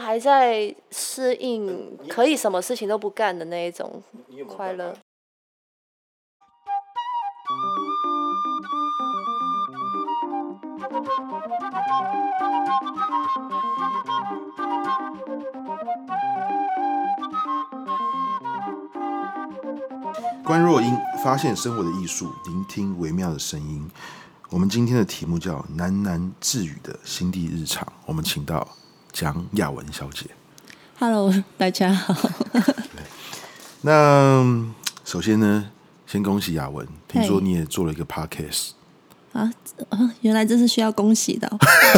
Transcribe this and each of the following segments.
还在适应可以什么事情都不干的那一种快乐。 关若英发现生活的艺术，聆听微妙的声音。我们今天的题目叫喃喃自语的心地日常，我们请到蒋雅文小姐。 Hello， 大家好。 那首先呢，先恭喜雅文，听说你也做了一个 podcast 啊，原来这是需要恭喜的、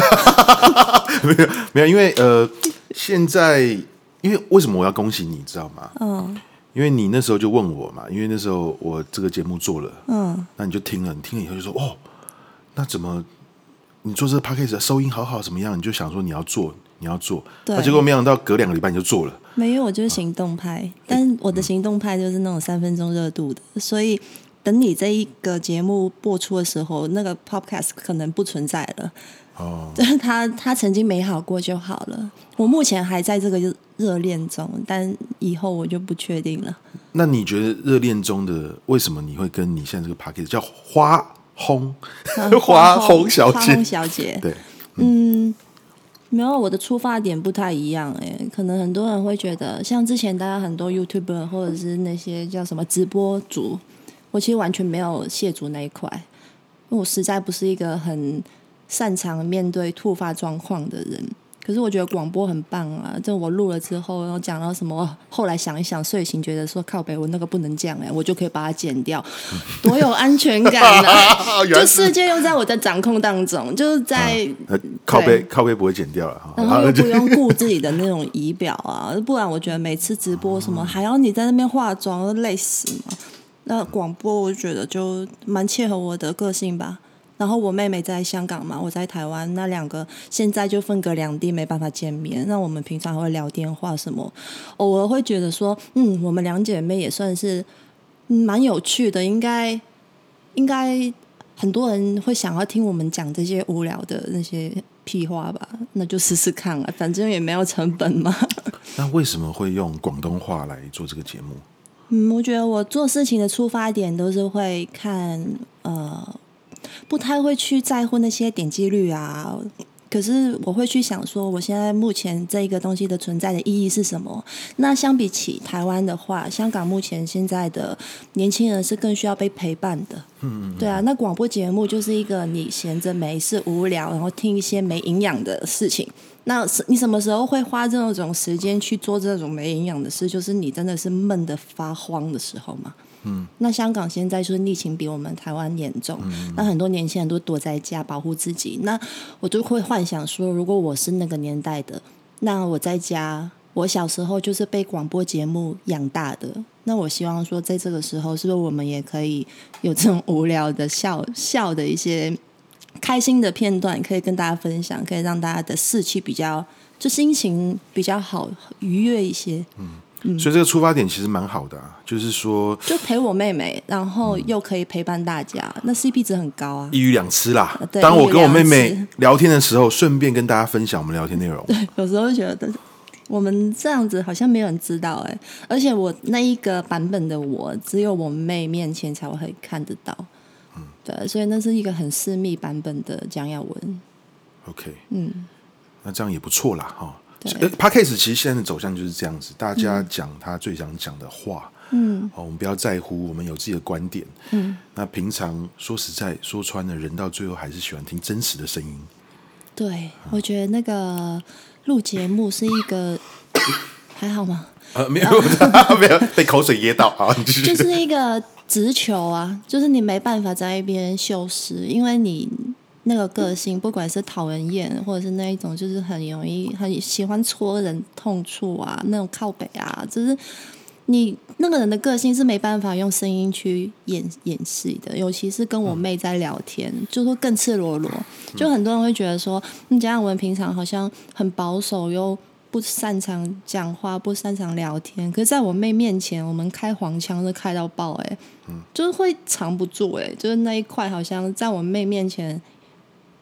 没有，因为现在因为为什么我要恭喜你，知道吗？因为你那时候就问我嘛，因为那时候我这个节目做了，那你就听了，你听了以后就说哦，那怎么你做这个 podcast 收音好好怎么样？你就想说你要做，那结果没想到隔2个礼拜你就做了。 没有，我就是行动派，但我的行动派就是那种3分钟热度的，所以等你这一个节目播出的时候，那个 podcast 可能不存在了。就是他曾经美好过就好了。我目前还在这个热恋中，但以后我就不确定了。 那你觉得热恋中的为什么你会跟你现在这个 podcast 叫花轰花轰小姐？ 花轰小姐， 对， 没有，我的出发点不太一样可能很多人会觉得，像之前大家很多 YouTuber 或者是那些叫什么直播主，我其实完全没有涉足那一块，因为我实在不是一个很擅长面对突发状况的人。可是我觉得广播很棒啊，就我录了之后，然后讲到什么，后来想一想，睡醒觉得说靠北，我那个不能讲我就可以把它剪掉，多有安全感啊！就世界又在我的掌控当中，就是在靠背不会剪掉了， 然后又不用顾自己的那种仪表啊，不然我觉得每次直播什么还要你在那边化妆，累死嘛。那广播我觉得就蛮切合我的个性吧。然后我妹妹在香港嘛，我在台湾，那2个现在就分隔两地，没办法见面。那我们平常会聊电话什么，偶尔会觉得说，我们2姐妹也算是蛮有趣的，应该很多人会想要听我们讲这些无聊的那些屁话吧？那就试试看啊，反正也没有成本嘛。 那为什么会用广东话来做这个节目？ 我觉得我做事情的出发点都是会看不太会去在乎那些点击率啊，可是我会去想说我现在目前这一个东西的存在的意义是什么。那相比起台湾的话，香港目前现在的年轻人是更需要被陪伴的。对啊，那广播节目就是一个你闲着没事无聊然后听一些没营养的事情，那你什么时候会花这种时间去做这种没营养的事？就是你真的是闷得发慌的时候嘛。那香港现在就是疫情比我们台湾严重，那很多年轻人都躲在家保护自己。那我就会幻想说，如果我是那个年代的，那我在家，我小时候就是被广播节目养大的。那我希望说，在这个时候，是不是我们也可以有这种无聊的笑的一些开心的片段，可以跟大家分享，可以让大家的士气比较，就心情比较好，愉悦一些。 所以这个出发点其实蛮好的啊，就是说就陪我妹妹，然后又可以陪伴大家，那 CP 值很高啊， 一鱼两吃啦。当我跟我妹妹聊天的时候，顺便跟大家分享我们聊天内容。 对，有时候觉得我们这样子好像没有人知道而且我那一个版本的我，只有我妹面前才会看得到。对，所以那是一个很私密版本的蒋雅文。 OK，那这样也不错啦哈。 Podcast 其实现在的走向就是这样子，大家讲他最想讲的话，我们不要在乎，我们有自己的观点，那平常说实在说穿了，人到最后还是喜欢听真实的声音。 对，我觉得那个录节目是一个还好吗？ 没有没有被口水噎到啊！ 就是一个直球啊，就是你没办法在一边修饰，因为你那个个性，不管是讨人厌，或者是那一种就是很容易很喜欢戳人痛处啊，那种靠北啊，就是你那个人的个性是没办法用声音去掩饰的。尤其是跟我妹在聊天，就会更赤裸裸。就很多人会觉得说，蒋雅文平常好像很保守，又不擅长讲话，不擅长聊天。可是在我妹面前，我们开黄腔都开到爆就是会藏不住就是那一块好像在我妹面前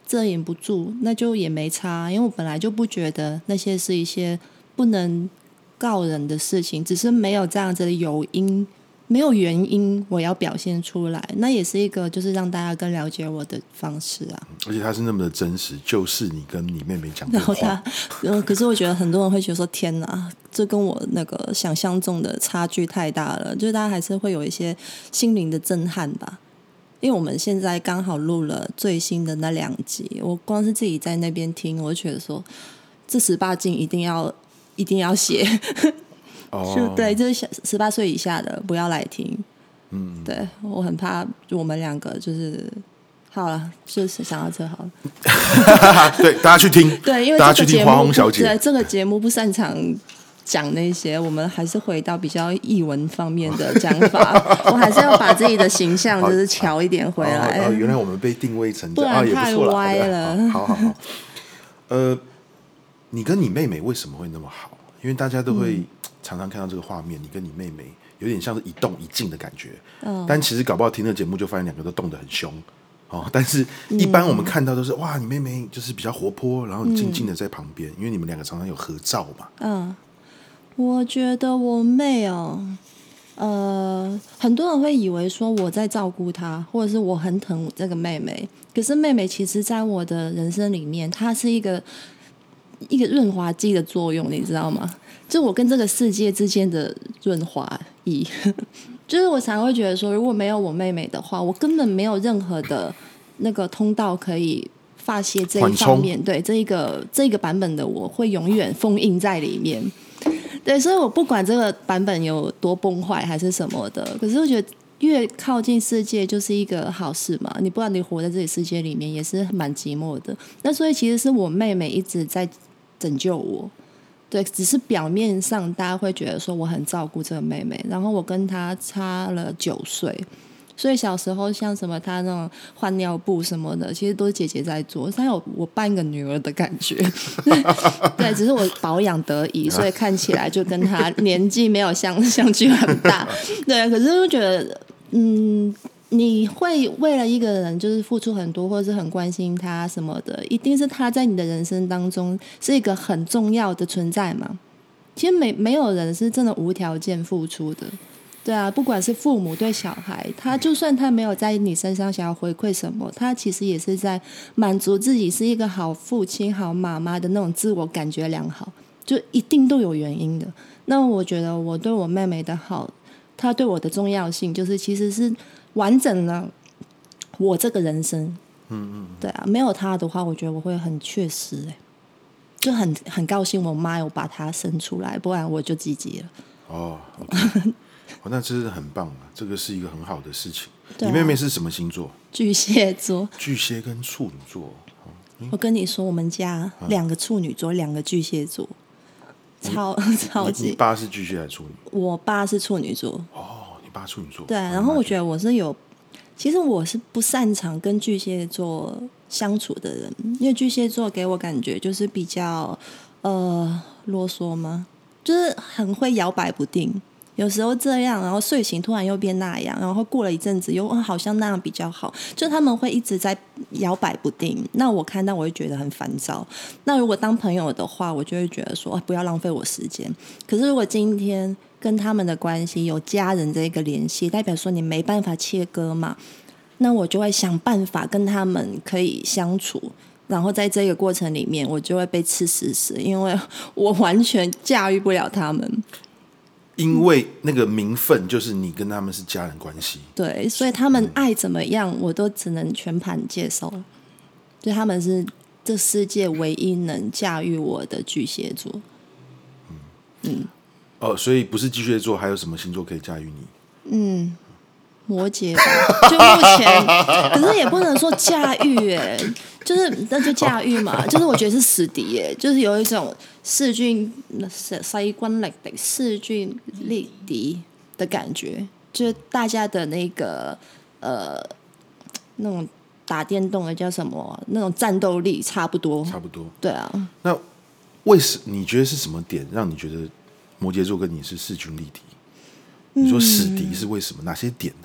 遮掩不住，那就也没差，因为我本来就不觉得那些是一些不能告人的事情，只是没有这样子的没有原因我要表现出来，那也是一个就是让大家更了解我的方式啊。 而且他是那么的真实，就是你跟你妹妹讲的话。 然后可是我觉得很多人会觉得说天哪，这跟我那个想象中的差距太大了，就是大家还是会有一些心灵的震撼吧。因为我们现在刚好录了最新的那2集，我光是自己在那边听，我就觉得说这18禁一定要写。就对，就是18岁以下的不要来听。对，我很怕我们2个就是好了，就是想到这好了。 对，大家去听， 对，因为大家去听花红小姐。 对，这个节目不擅长讲那些，我们还是回到比较艺文方面的讲法。我还是要把自己的形象就是调一点回来。 原来我们被定位成不然太歪了。好。你跟你妹妹为什么会那么好？因为大家都会常常看到这个画面，你跟你妹妹有点像是一动一静的感觉。但其实搞不好听的节目就发现2个都动得很凶。但是一般我们看到都是哇，你妹妹就是比较活泼，然后静静的在旁边，因为你们2个常常有合照嘛。 我觉得我妹很多人会以为说我在照顾她，或者是我很疼这个妹妹。可是妹妹其实在我的人生里面，她是一个润滑剂的作用，你知道吗？就我跟这个世界之间的润滑液。就是我常会觉得说，如果没有我妹妹的话，我根本没有任何的那个通道可以发泄这一方面。对，这个版本的我会永远封印在里面。对，所以我不管这个版本有多崩坏还是什么的，可是我觉得越靠近世界就是一个好事嘛。你不然你活在这里世界里面也是蛮寂寞的。那所以其实是我妹妹一直在拯救我。对，只是表面上大家会觉得说我很照顾这个妹妹，然后我跟她差了9岁，所以小时候像什么她那种换尿布什么的，其实都是姐姐在做，她有我半个女儿的感觉。对，只是我保养得宜，所以看起来就跟她年纪没有相距很大。对，可是就觉得你会为了一个人就是付出很多，或者是很关心他什么的，一定是他在你的人生当中是一个很重要的存在嘛。其实没有人是真的无条件付出的。对啊，不管是父母对小孩，他就算他没有在你身上想要回馈什么，他其实也是在满足自己是一个好父亲好妈妈的那种自我感觉良好，就一定都有原因的。那我觉得我对我妹妹的好，她对我的重要性就是其实是完整了我这个人生。对啊，没有她的话我觉得我会很缺失。就很高兴我妈有把她生出来，不然我就GG了。 OK 那真是很棒啊，这个是一个很好的事情。你妹妹是什么星座？ 巨蟹座。 巨蟹跟处女座。 我跟你说，我们家2个处女座，2个巨蟹座，超级。 你爸是巨蟹还是处女？ 我爸是处女座。 你爸处女座。 对，然后我觉得我是其实我是不擅长跟巨蟹座相处的人，因为巨蟹座给我感觉就是比较啰嗦吗？就是很会摇摆不定，有时候这样，然后睡醒突然又变那样，然后过了一阵子又好像那样比较好，就他们会一直在摇摆不定。那我看到我会觉得很烦躁。那如果当朋友的话，我就会觉得说不要浪费我时间。可是如果今天跟他们的关系有家人这个联系，代表说你没办法切割嘛，那我就会想办法跟他们可以相处。然后在这个过程里面我就会被吃死死，因为我完全驾驭不了他们。 因为那个名分就是你跟他们是家人关系。 对，所以他们爱怎么样我都只能全盘接受。就他们是这世界唯一能驾驭我的巨蟹座。 所以不是巨蟹座还有什么星座可以驾驭你？ 摩羯吧，就目前。可是也不能说驾驭就是那就驾驭嘛，就是我觉得是死敌就是有一种势均力敌的感觉，就是大家的那个那种打电动的叫什么，那种战斗力差不多。对啊。 那你觉得是什么点让你觉得摩羯座跟你是势均力敌？你说死敌是为什么？哪些点呢？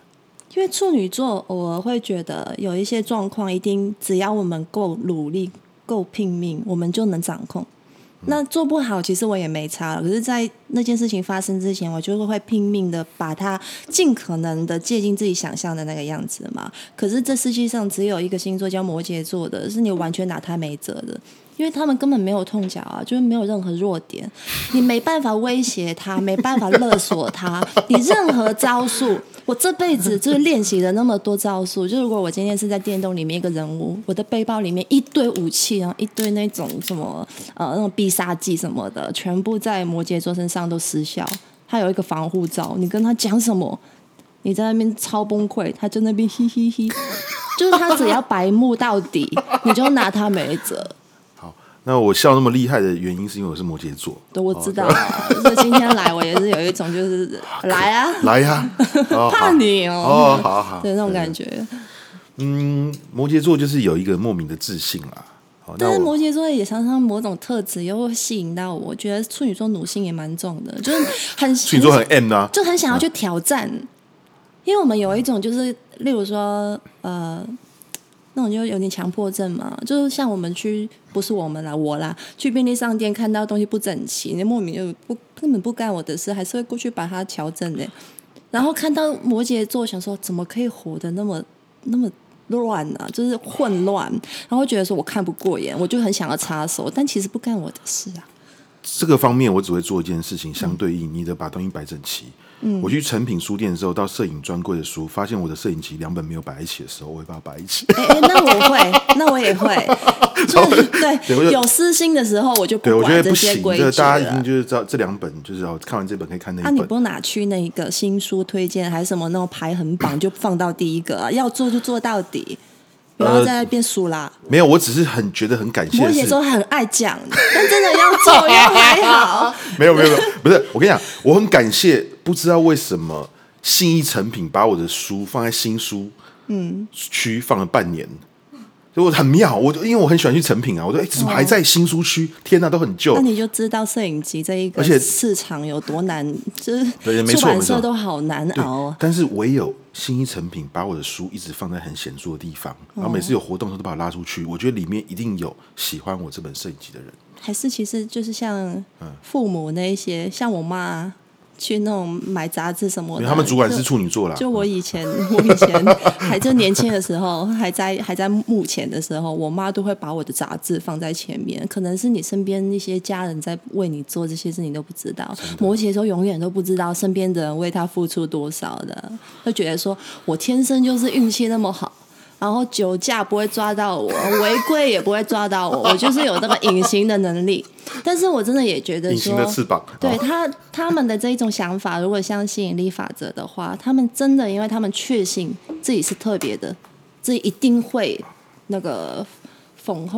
因为处女座偶尔会觉得有一些状况，一定只要我们够努力、够拼命，我们就能掌控。那做不好，其实我也没差了。可是，在那件事情发生之前，我就会拼命的把它尽可能的接近自己想象的那个样子嘛。可是这世界上只有一个星座叫摩羯座的，是你完全拿他没辙的。因为他们根本没有痛脚啊，就是没有任何弱点，你没办法威胁他，没办法勒索他，你任何招数，我这辈子就是练习了那么多招数，就如果我今天是在电动里面一个人物，我的背包里面一堆武器，然后一堆那种什么那种必杀技什么的，全部在摩羯座身上都失效。他有一个防护罩，你跟他讲什么，你在那边超崩溃，他就那边嘻嘻嘻，就是他只要白目到底，你就拿他没辙。 那我笑那么厉害的原因是因为我是摩羯座， 对，我知道啊。所以今天来，我也是有一种就是来啊， 来呀， 怕你哦，好好， 对那种感觉。 摩羯座就是有一个莫名的自信啦。 但是摩羯座也常常某种特质又会吸引到我，觉得处女座奴性也蛮重的，就是处女座很 M 啊， 就很想要去挑战。因为我们有一种就是，例如说那种就有点强迫症嘛，就是像我们去，不是我们啦，我啦，去便利商店看到东西不整齐，那莫名就根本不干我的事，还是会过去把它调整的。然后看到摩羯座，想说怎么可以活得那么乱啊，就是混乱，然后觉得说我看不过眼，我就很想要插手，但其实不干我的事啊。 这个方面我只会做一件事情，相对应你的把东西摆整齐。我去诚品书店的时候，到摄影专柜的书，发现我的摄影机2本没有摆一起的时候，我会把它摆一起。 那我会，那我也会，就是对，有私心的时候我就不管这些规矩了。 大家一定就是知道这2本，就是看完这本可以看那一本。 你不拿去那个新书推荐还是什么那种排行榜就放到第一个啊？要做就做到底。不要在那边输啦。 没有，我只是觉得很感谢的是。 摩羯座很爱讲，但真的要做又还好。 没有，不是，我跟你讲，我很感谢，不知道为什么信义诚品把我的书放在新书区放了半年。所以我很妙，因为我很喜欢去诚品啊，我说怎么还在新书区？天哪，都很旧。 那你就知道摄影机这一个市场有多难，就是出版社都好难熬。 但是唯有信义诚品把我的书一直放在很显著的地方，然后每次有活动的时候都把我拉出去。我觉得里面一定有喜欢我这本摄影机的人。 还是其实就是像父母那一些，像我妈。去那种买杂志什么的， 他们主管是处女座啦。 就我以前还就年轻的时候，还在幕前的时候，我妈都会把我的杂志放在前面。可能是你身边一些家人在为你做这些事，你都不知道。摩羯座永远都不知道身边的人为他付出多少的，会觉得说我天生就是运气那么好。然后酒驾不会抓到我，违规也不会抓到我，我就是有那个隐形的能力。但是我真的也觉得说， 隐形的翅膀， 对他们的这一种想法，如果像吸引力法则的话，他们真的，因为他们确信自己是特别的，自己一定会那个逢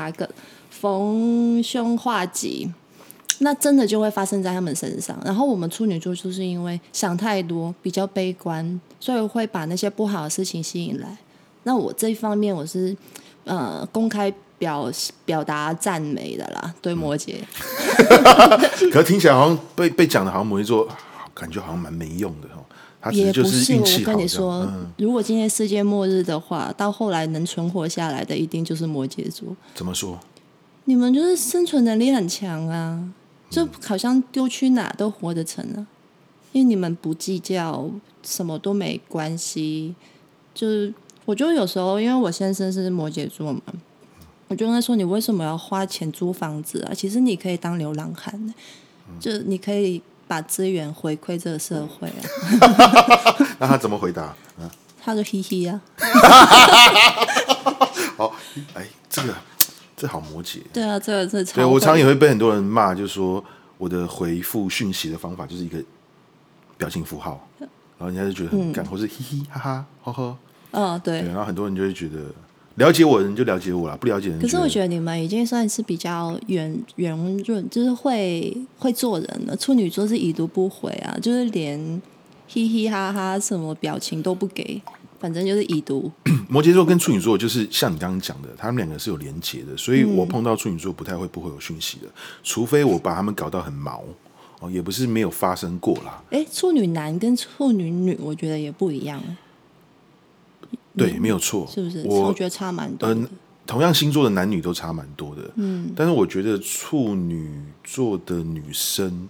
凶化吉，那真的就会发生在他们身上。然后我们处女座就是因为想太多，比较悲观，所以会把那些不好的事情吸引来。那我这一方面我是公开表达赞美的啦，对摩羯。 可是听起来好像被讲的好像摩羯座感觉好像蛮没用的哦。他其实就是运气好。 我跟你说，如果今天世界末日的话，到后来能存活下来的一定就是摩羯座。 怎么说？ 你们就是生存能力很强啊，就好像丢去哪都活得成啊，因为你们不计较，什么都没关系，就是我觉得有时候，因为我先生是摩羯座嘛，我就跟他说：“你为什么要花钱租房子啊？其实你可以当流浪汉，就你可以把资源回馈这个社会啊。” 那他怎么回答？ 他就嘻嘻啊。 好，这好摩羯。 对啊，这超。 对，我常常也会被很多人骂，就说我的回复讯息的方法就是一个表情符号，然后人家就觉得很干，或是嘻嘻哈哈呵呵。 对， 然后很多人就会觉得了解我的人就了解我啦，不了解的人。 可是我觉得你们已经算是比较圆润，就是会做人了。处女座是已读不回啊，就是连嘻嘻哈哈什么表情都不给，反正就是已读。 摩羯座跟处女座就是像你刚刚讲的，他们两个是有连结的，所以我碰到处女座不会有讯息的，除非我把他们搞到很毛也不是没有发生过啦。 处女男跟处女女我觉得也不一样。 对，没有错， 是不是？我觉得差蛮多的。 同样星座的男女都差蛮多的，但是我觉得处女座的女生，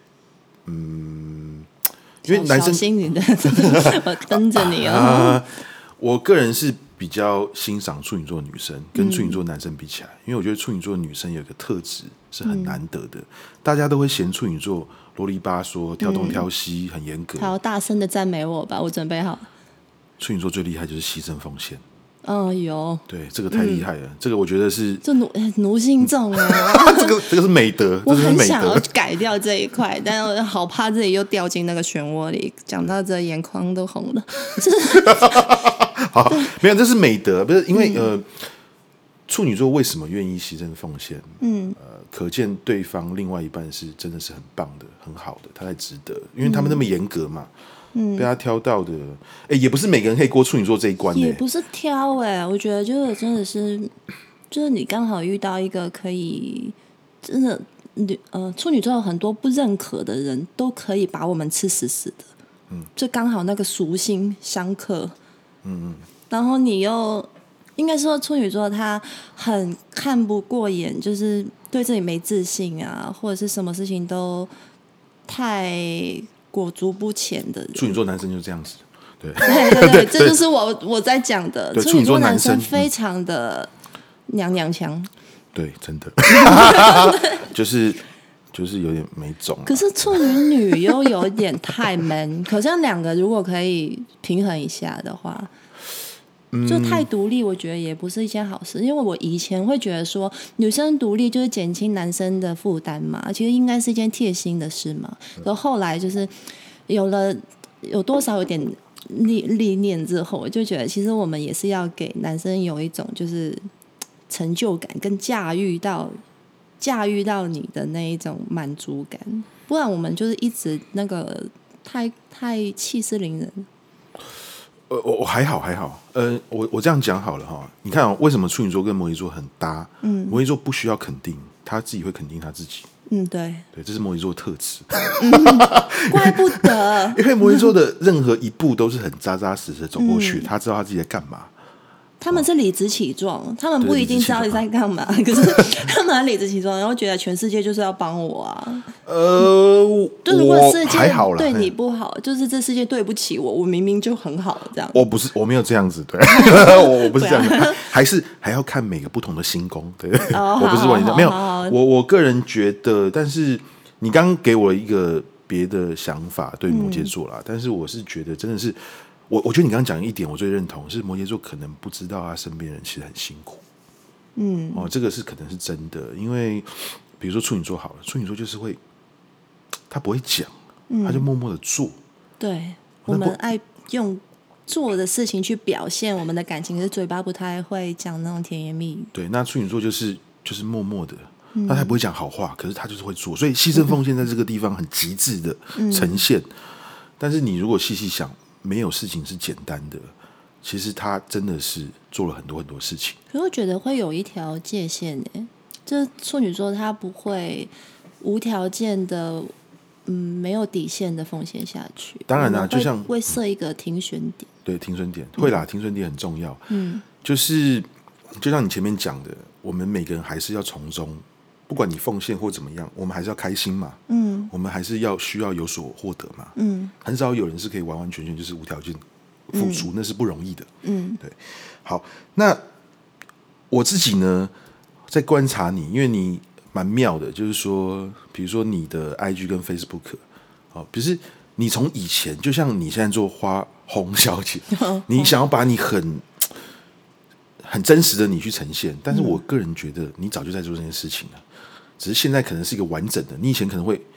因为男生小心你的，我跟着你哦。 我个人是比较欣赏处女座的女生，跟处女座男生比起来，因为我觉得处女座的女生有一个特质是很难得的，大家都会嫌处女座啰里吧嗦、挑东挑西、很严格。 好，大声的赞美我吧，我准备好。 处女座最厉害就是牺牲奉献。 有。 对，这个太厉害了，这个我觉得是这奴性重啊。 这个是美德， 我很想要改掉这一块，但我好怕自己又掉进那个漩涡里。讲到这，眼眶都红了。 好，没有，这是美德，不是因为处女座为什么愿意牺牲奉献？可见对方另外一半是真的是很棒的、很好的，他才值得，因为他们那么严格嘛。被他挑到的，也不是每个人可以过处女座这一关， 也不是挑，我觉得就是真的是，就是你刚好遇到一个可以真的，处女座有很多不认可的人都可以把我们吃死死的，就刚好那个属性相克，然后你又应该说处女座他很看不过眼，就是对自己没自信啊，或者是什么事情都太裹足不前的人。 处女座男生就这样子，对， 这就是我在讲的。处女座男生非常的娘娘腔， 对，真的，就是有点没种。 可是处女女又有点太闷，可是两个如果可以平衡一下的话。就太独立，我觉得也不是一件好事。因为我以前会觉得说，女生独立就是减轻男生的负担嘛，其实应该是一件贴心的事嘛。然后后来就是有多少有点历练之后，我就觉得其实我们也是要给男生有一种就是成就感，跟驾驭到你的那一种满足感，不然我们就是一直那个太气势凌人。 我还好，我这样讲好了哈。你看为什么处女座跟摩羯座很搭？摩羯座不需要肯定，他自己会肯定他自己。对，这是摩羯座的特质。 怪不得， 因为摩羯座的任何一步都是很扎扎实实的走过去，他知道他自己在干嘛。 他们是理直气壮，他们不一定知道你在干嘛，可是他们很理直气壮，然后觉得全世界就是要帮我啊。就如果世界对你不好，就是这世界对不起我，我明明就很好这样。 我没有这样子，对，我不是这样子，还要看每个不同的星宫，对，我不是问你没有，我个人觉得，但是你刚刚给我一个别的想法，对摩羯座啦，但是我是觉得真的是。我觉得你刚刚讲一点我最认同，是摩羯座可能不知道他身边人其实很辛苦。这个是可能是真的，因为比如说处女座好了，处女座就是会，他不会讲，他就默默的做。对， 我们爱用做的事情去表现我们的感情，可是嘴巴不太会讲那种甜言蜜语。 对，那处女座就是默默的，那他不会讲好话，可是他就是会做，所以牺牲奉献在这个地方很极致的呈现。但是你如果细细想，没有事情是简单的，其实他真的是做了很多很多事情。 可是我觉得会有一条界限这处女座他不会无条件的，没有底线的奉献下去。 当然啦，就像会设一个停损点。 对，停损点会啦，停损点很重要。就是就像你前面讲的，我们每个人还是要从中。不管你奉献或怎么样，我们还是要开心嘛。我们还是需要有所获得嘛。很少有人是可以完完全全就是无条件付出，那是不容易的。对。好，那我自己呢，在观察你，因为你蛮妙的，就是说，比如说你的 IG 跟 Facebook，比如是你从以前，就像你现在做花红小姐，你想要把你很真实的你去呈现，但是我个人觉得你早就在做这件事情了。只是现在可能是一个完整的，你以前可能会，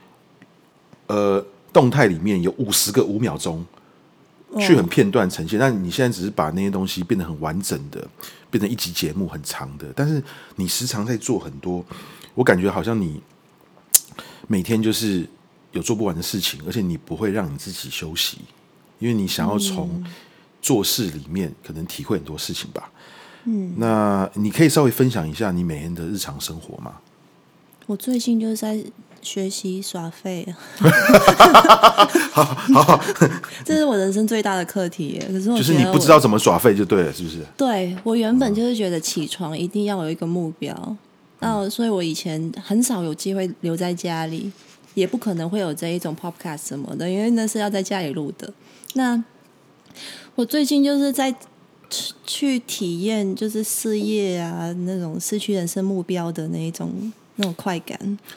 动态里面有50个5秒钟去很片段呈现，但你现在只是把那些东西变得很完整的，变成一集节目很长的，但是你时常在做很多，我感觉好像你每天就是有做不完的事情，而且你不会让你自己休息，因为你想要从做事里面可能体会很多事情吧。那你可以稍微分享一下你每天的日常生活吗？ 我最近就是在学习耍废。 好， 这是我人生最大的课题耶。可是就是你不知道怎么耍废就对了，是不是？ 对，我原本就是觉得起床一定要有一个目标，所以我以前很少有机会留在家里，也不可能会有这一种 podcast 什么的，因为那是要在家里录的。那我最近就是在去体验，就是事业啊那种失去人生目标的那种快感。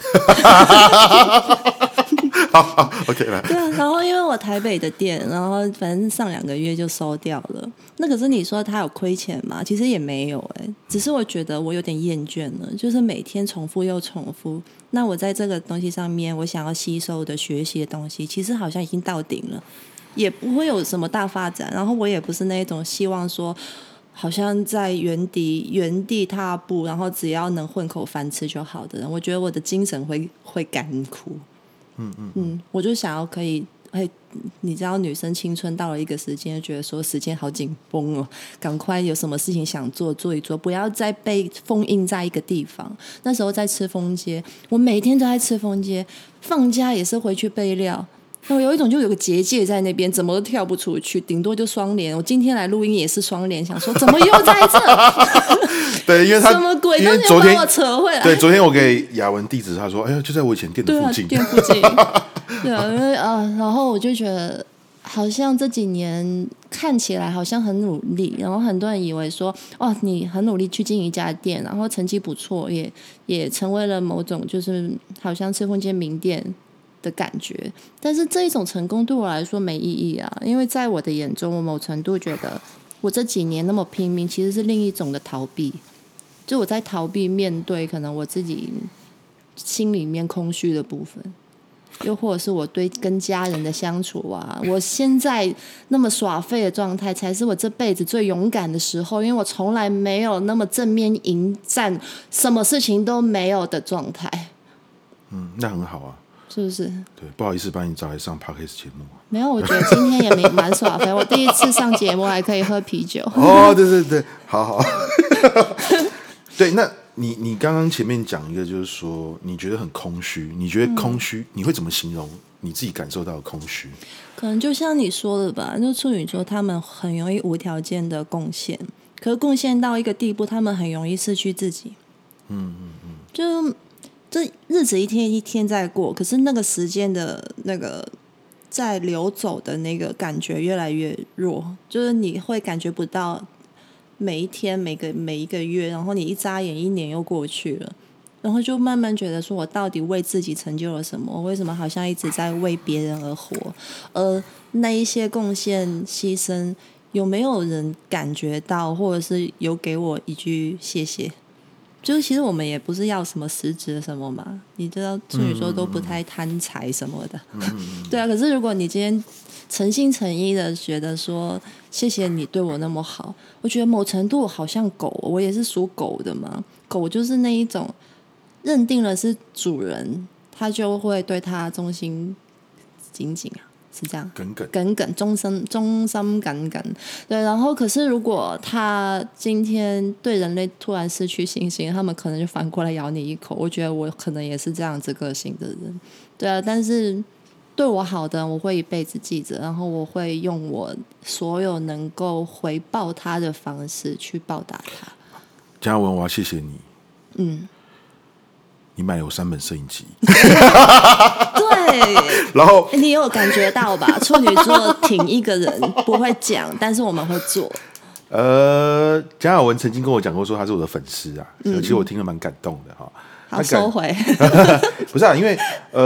好 ，OK 来。 对啊，然后因为我台北的店，然后反正上2个月就收掉了。那可是你说他有亏钱吗？其实也没有只是我觉得我有点厌倦了，就是每天重复又重复。那我在这个东西上面，我想要吸收的、学习的东西，其实好像已经到顶了，也不会有什么大发展。然后我也不是那一种希望说，好像在原地踏步，然后只要能混口饭吃就好的人。我觉得我的精神会干枯。我就想要可以，你知道，女生青春到了一个时间，就觉得说时间好紧绷哦，赶快有什么事情想做一做，不要再被封印在一个地方。那时候在赤峰街，我每天都在赤峰街，放假也是回去备料。我有一种就有个结界在那边，怎么都跳不出去，顶多就双联。我今天来录音也是双联，想说怎么又在这？ 对，因为他什么鬼因为都能把我扯回来。 对，昨天我给雅文地址，他说：“哎呀，就在我以前店的附近。” 对啊，店附近。对啊，因为然后我就觉得，好像这几年看起来好像很努力，然后很多人以为说，你很努力去经营一家店，然后成绩不错，也成为了某种就是好像赤峰街名店的感觉。但是这一种成功对我来说没意义啊，因为在我的眼中，我某程度觉得我这几年那么拼命，其实是另一种的逃避。就我在逃避面对可能我自己心里面空虚的部分，又或者是我对跟家人的相处啊，我现在那么耍废的状态才是我这辈子最勇敢的时候，因为我从来没有那么正面迎战什么事情都没有的状态。 那很好啊， 是不是？ 对，不好意思把你找来上 Podcast 节目。 没有，我觉得今天也蛮耍废。我第一次上节目还可以喝啤酒。 对，好。对，那你刚刚前面讲一个，就是说你觉得很空虚，你觉得空虚，你会怎么形容你自己感受到的空虚？ 可能就像你说的吧，就处女座他们很容易无条件的贡献，可是贡献到一个地步，他们很容易失去自己。就这日子一天一天在过，可是那个时间的那个在流走的那个感觉越来越弱，就是你会感觉不到每一天每一个月，然后你一眨眼1年又过去了，然后就慢慢觉得说我到底为自己成就了什么？我为什么好像一直在为别人而活？而那一些贡献牺牲有没有人感觉到，或者是有给我一句谢谢？就是其实我们也不是要什么实质什么嘛，你知道处女座都不太贪财什么的。对啊，可是如果你今天诚心诚意的觉得说谢谢你对我那么好，我觉得某程度好像狗，我也是属狗的嘛，狗就是那一种认定了是主人，他就会对他忠心耿耿啊，是这样，耿耿忠心耿耿。对，然后可是如果他今天对人类突然失去信心，他们可能就反过来咬你一口。我觉得我可能也是这样子个性的人，对啊，但是对我好的我会一辈子记着，然后我会用我所有能够回报他的方式去报答他。 嘉文，我要谢谢你。你买了我3本摄影机。 对， 然后你有感觉到吧？处女座挺一个人不会讲，但是我们会做。 蒋雅文曾经跟我讲过，说他是我的粉丝啊，其实我听了蛮感动的哈。 好，收回。 不是啊，因为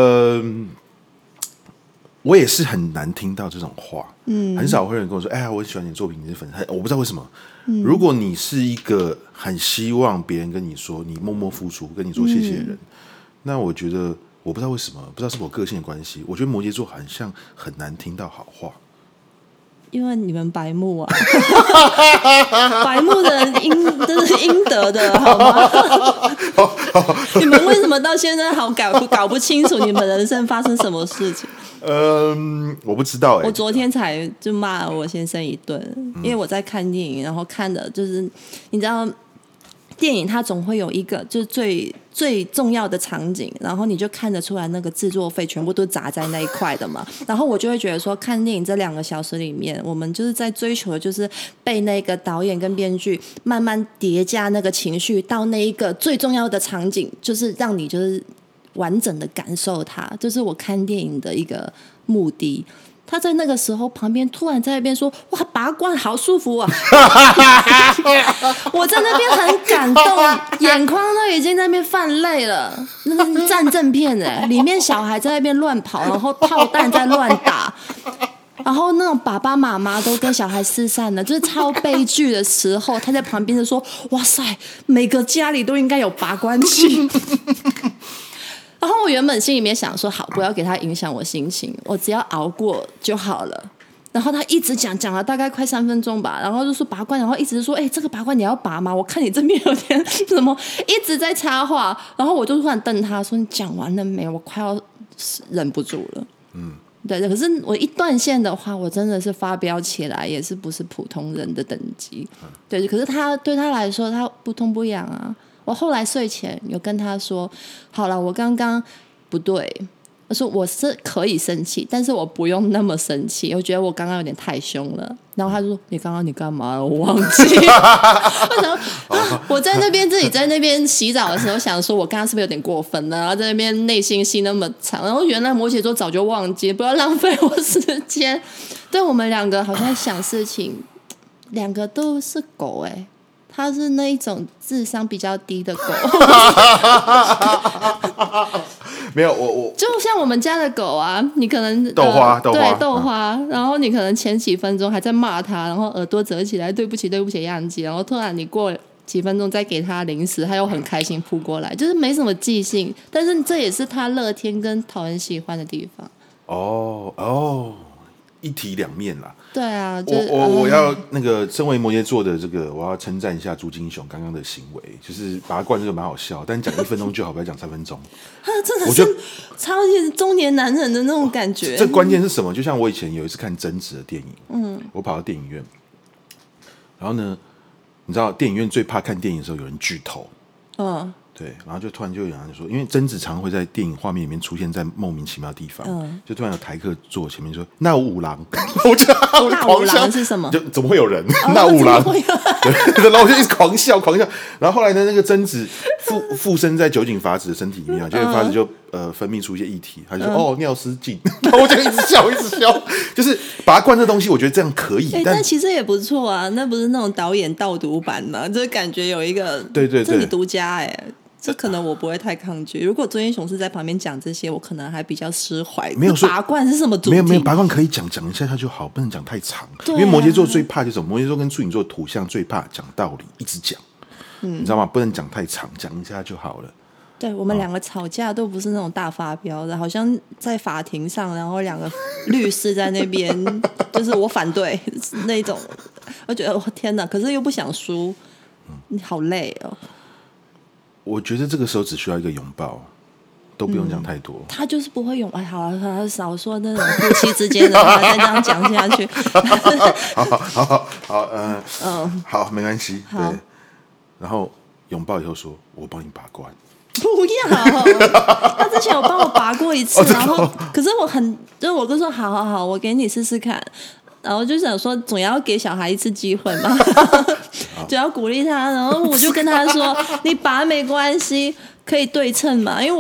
我也是很难听到这种话，很少会有人跟我说，哎呀，我很喜欢你的作品，你是粉丝，我不知道为什么。如果你是一个很希望别人跟你说你默默付出，跟你说谢谢的人，那我觉得我不知道为什么，不知道是我个性的关系，我觉得摩羯座好像很难听到好话。 因为你们白目啊，白目的人这是应得的，好吗？你们为什么到现在搞不清楚你们人生发生什么事情？ 我不知道。 我昨天才就骂了我先生一顿，因为我在看电影，然后看的就是你知道电影它总会有一个就是最重要的场景，然后你就看得出来那个制作费全部都砸在那一块的嘛。然后我就会觉得说，看电影这2个小时里面，我们就是在追求的就是被那个导演跟编剧慢慢叠加那个情绪到那一个最重要的场景，就是让你就是完整的感受它，就是我看电影的一个目的。他在那个时候旁边突然在那边说：“哇，拔罐好舒服啊！”我在那边很感动，眼眶都已经在那边泛泪了。那是战争片里面小孩在那边乱跑，然后炮弹在乱打，然后那种爸爸妈妈都跟小孩失散了，就是超悲剧的时候，他在旁边就说：“哇塞，每个家里都应该有拔罐器。”然后我原本心里面想说，好，不要给他影响我心情，我只要熬过就好了。然后他一直讲了大概快3分钟吧，然后就说拔罐，然后一直说，这个拔罐你要拔吗？我看你这边有点什么，一直在插话。然后我就突然瞪他说：“你讲完了没？我快要忍不住了。”对，可是我一断线的话，我真的是发飙起来，也是不是普通人的等级。对，可是对他来说，他不痛不痒啊。我后来睡前有跟他说，好了，我刚刚不对，我说我是可以生气，但是我不用那么生气，我觉得我刚刚有点太凶了。然后他就说：“你刚刚你干嘛了？我忘记。”我想我在那边自己在那边洗澡的时候，想说我刚刚是不是有点过分了？然后在那边内心戏那么长，然后原来摩羯座早就忘记，不要浪费我时间。对，我们2个好像想事情，2个都是狗他是那一种智商比较低的狗。 没有我就像我们家的狗啊，你可能豆花然后你可能前几分钟还在骂它，然后耳朵折起来对不起样子，然后突然你过几分钟再给它零食，它又很开心扑过来，就是没什么记性，但是这也是它乐天跟讨人喜欢的地方。 一体两面啦。 对啊， 我要那个身为摩羯座的这个，我要称赞一下朱金雄刚刚的行为，就是拔罐这个蛮好笑，但讲1分钟就好，不要讲3分钟。 真的是超级中年男人的那种感觉。 这关键是什么？就像我以前有一次看贞子的电影，我跑到电影院，然后呢，你知道电影院最怕看电影的时候有人剧透，对，然后就突然就有人说，因为贞子常会在电影画面里面出现在莫名其妙的地方，就突然有台客坐我前面说“那五郎”，我就那五郎是什么？ 就怎么会有人？那五郎，对，然后我就一直狂笑。然后后来呢，那个贞子附身在酒井法子的身体里面，酒井法子就分泌出一些液体，他就说哦尿失禁，然后我就一直笑，就是拔罐这东西，我觉得这样可以， 但其实也不错啊，那不是那种导演盗读版吗？就是感觉有一个对， 这你独家这可能我不会太抗拒。如果周英雄是在旁边讲这些，我可能还比较释怀。 没有说拔罐是什么主题？ 没有拔罐可以讲一下就好，不能讲太长。因为摩羯座最怕就是什么？摩羯座跟处女座土象最怕讲道理，一直讲，你知道吗？不能讲太长，讲一下就好了。 对，我们2个吵架都不是那种大发飙的，好像在法庭上，然后2个律师在那边，就是我反对那种，我觉得天哪，可是又不想输，你好累哦。 我觉得这个时候只需要一个拥抱，都不用讲太多。 他就是不会拥抱，好了，少说那种夫妻之间的话，再这样讲下去。 好，没关系。对，然后拥抱以后说：“我帮你拔罐。” 不要，他之前有帮我拔过一次，然后可是我就说好，我给你试试看。然后就想说，总要给小孩一次机会嘛，就要鼓励他。然后我就跟他说：“你拔没关系，可以对称嘛，因为我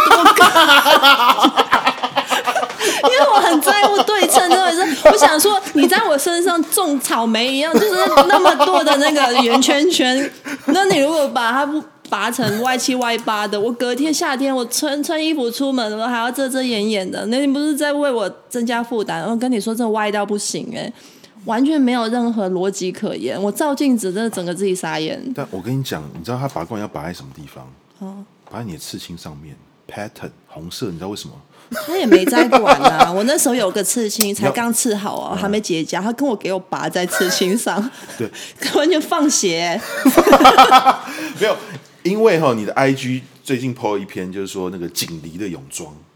很在乎对称，真的是。我想说，你在我身上种草莓一样，就是那么多的那个圆圈圈。那你如果把它拔成歪七歪八的，我隔天夏天我穿衣服出门，我还要遮遮掩掩的，那你不是在为我增加负担？我跟你说，这歪到不行完全没有任何逻辑可言。我照镜子，真的整个自己傻眼。 但我跟你讲，你知道他拔罐要拔在什么地方？拔在你的刺青上面 ，pattern 红色，你知道为什么？ 他也没在管啊。我那时候有个刺青，才刚刺好还没结痂，他给我拔在刺青上， 对， 完全放血没有。因为你的 IG 最近 po 了一篇，就是说那个锦鲤的泳装，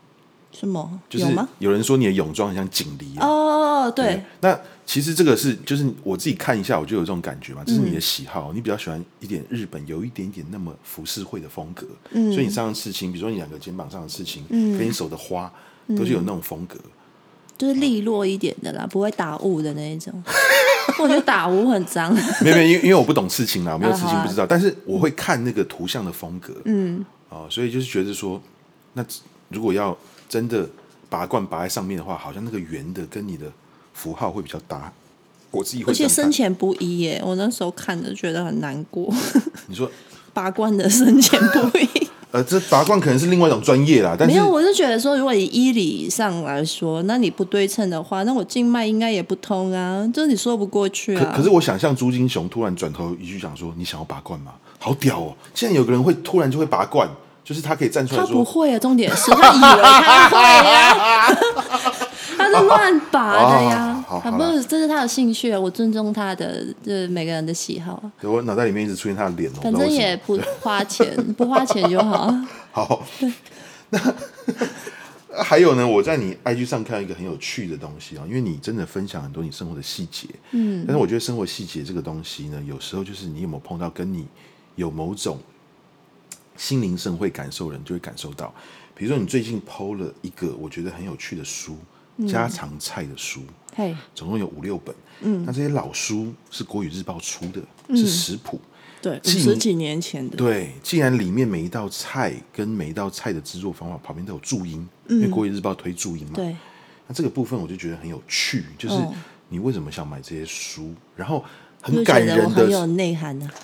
什么？ 就是有吗？ 有人说你的泳装很像锦鲤啊。 哦，对， 那其实这个就是我自己看一下，我就有这种感觉嘛，这是你的喜好，你比较喜欢一点日本有一点点那么浮世绘的风格，所以你上的刺青，比如说你两个肩膀上的刺青，跟你手的花，都是有那种风格。 就是利落一点的啦，不会打雾的那一种。我觉得打雾很脏。 没有，因为我不懂刺青啦，我没有刺青不知道，但是我会看那个图像的风格，所以就是觉得说，那如果要真的拔罐拔在上面的话，好像那个圆的跟你的符号会比较搭。我自己会这样看， 而且深浅不一耶，我那时候看着觉得很难过。 你说拔罐的深浅不一。 这拔罐可能是另外一种专业啦，但是没有，我是觉得说，如果以医理上来说，那你不对称的话，那我静脉应该也不通啊，就是你说不过去啊。 可是我想象朱金雄突然转头一句讲说：“你想要拔罐吗？”好屌哦！竟然有个人会突然就会拔罐，就是他可以站出来说：“ 他不会啊，重点是他以为他会呀。”他是乱拔的呀，他不是，这是他的兴趣，我尊重他的，就是每个人的喜好。 我脑袋里面一直出现他的脸， 反正也不花钱，不花钱就好。 好，那还有呢？我在你 IG 上看到一个很有趣的东西啊，因为你真的分享很多你生活的细节，但是我觉得生活细节这个东西呢，有时候就是你有没有碰到跟你有某种心灵社会感受的人，就会感受到。比如说你最近 PO 了一个我觉得很有趣的书。家常菜的书，总共有5-6本。那这些老书是国语日报出的，是食谱， 对，50几年前的。 对，既然里面每一道菜跟每一道菜的制作方法旁边都有注音，因为国语日报推注音嘛。 对， 那这个部分我就觉得很有趣，就是你为什么想买这些书，然后很感人的， 我很有内涵啊。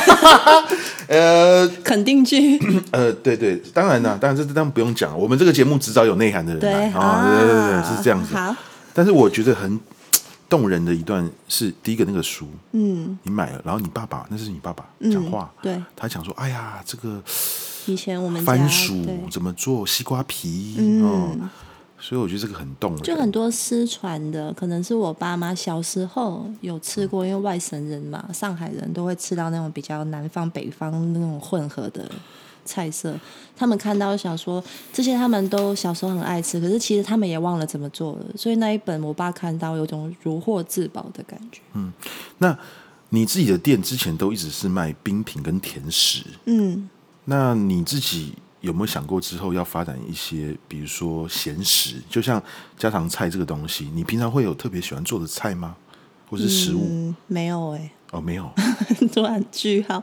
肯定句。 对，当然啦，当然这当然不用讲，我们这个节目只找有内涵的人来，对，是这样子。 好， 但是我觉得很动人的一段是第一个那个书，你买了，然后你爸爸，那是你爸爸讲话， 对， 他讲说，哎呀，这个以前我们番薯怎么做，西瓜皮，所以我觉得这个很动人， 就很多失传的，可能是我爸妈小时候有吃过，因为外省人嘛，上海人都会吃到那种比较南方北方那种混合的菜色，他们看到想说这些他们都小时候很爱吃，可是其实他们也忘了怎么做了，所以那一本我爸看到有种如获至宝的感觉。 那你自己的店之前都一直是卖冰品跟甜食，那你自己有没有想过之后要发展一些，比如说咸食，就像家常菜这个东西，你平常会有特别喜欢做的菜吗？或是食物？ 没有没有。 突然句号。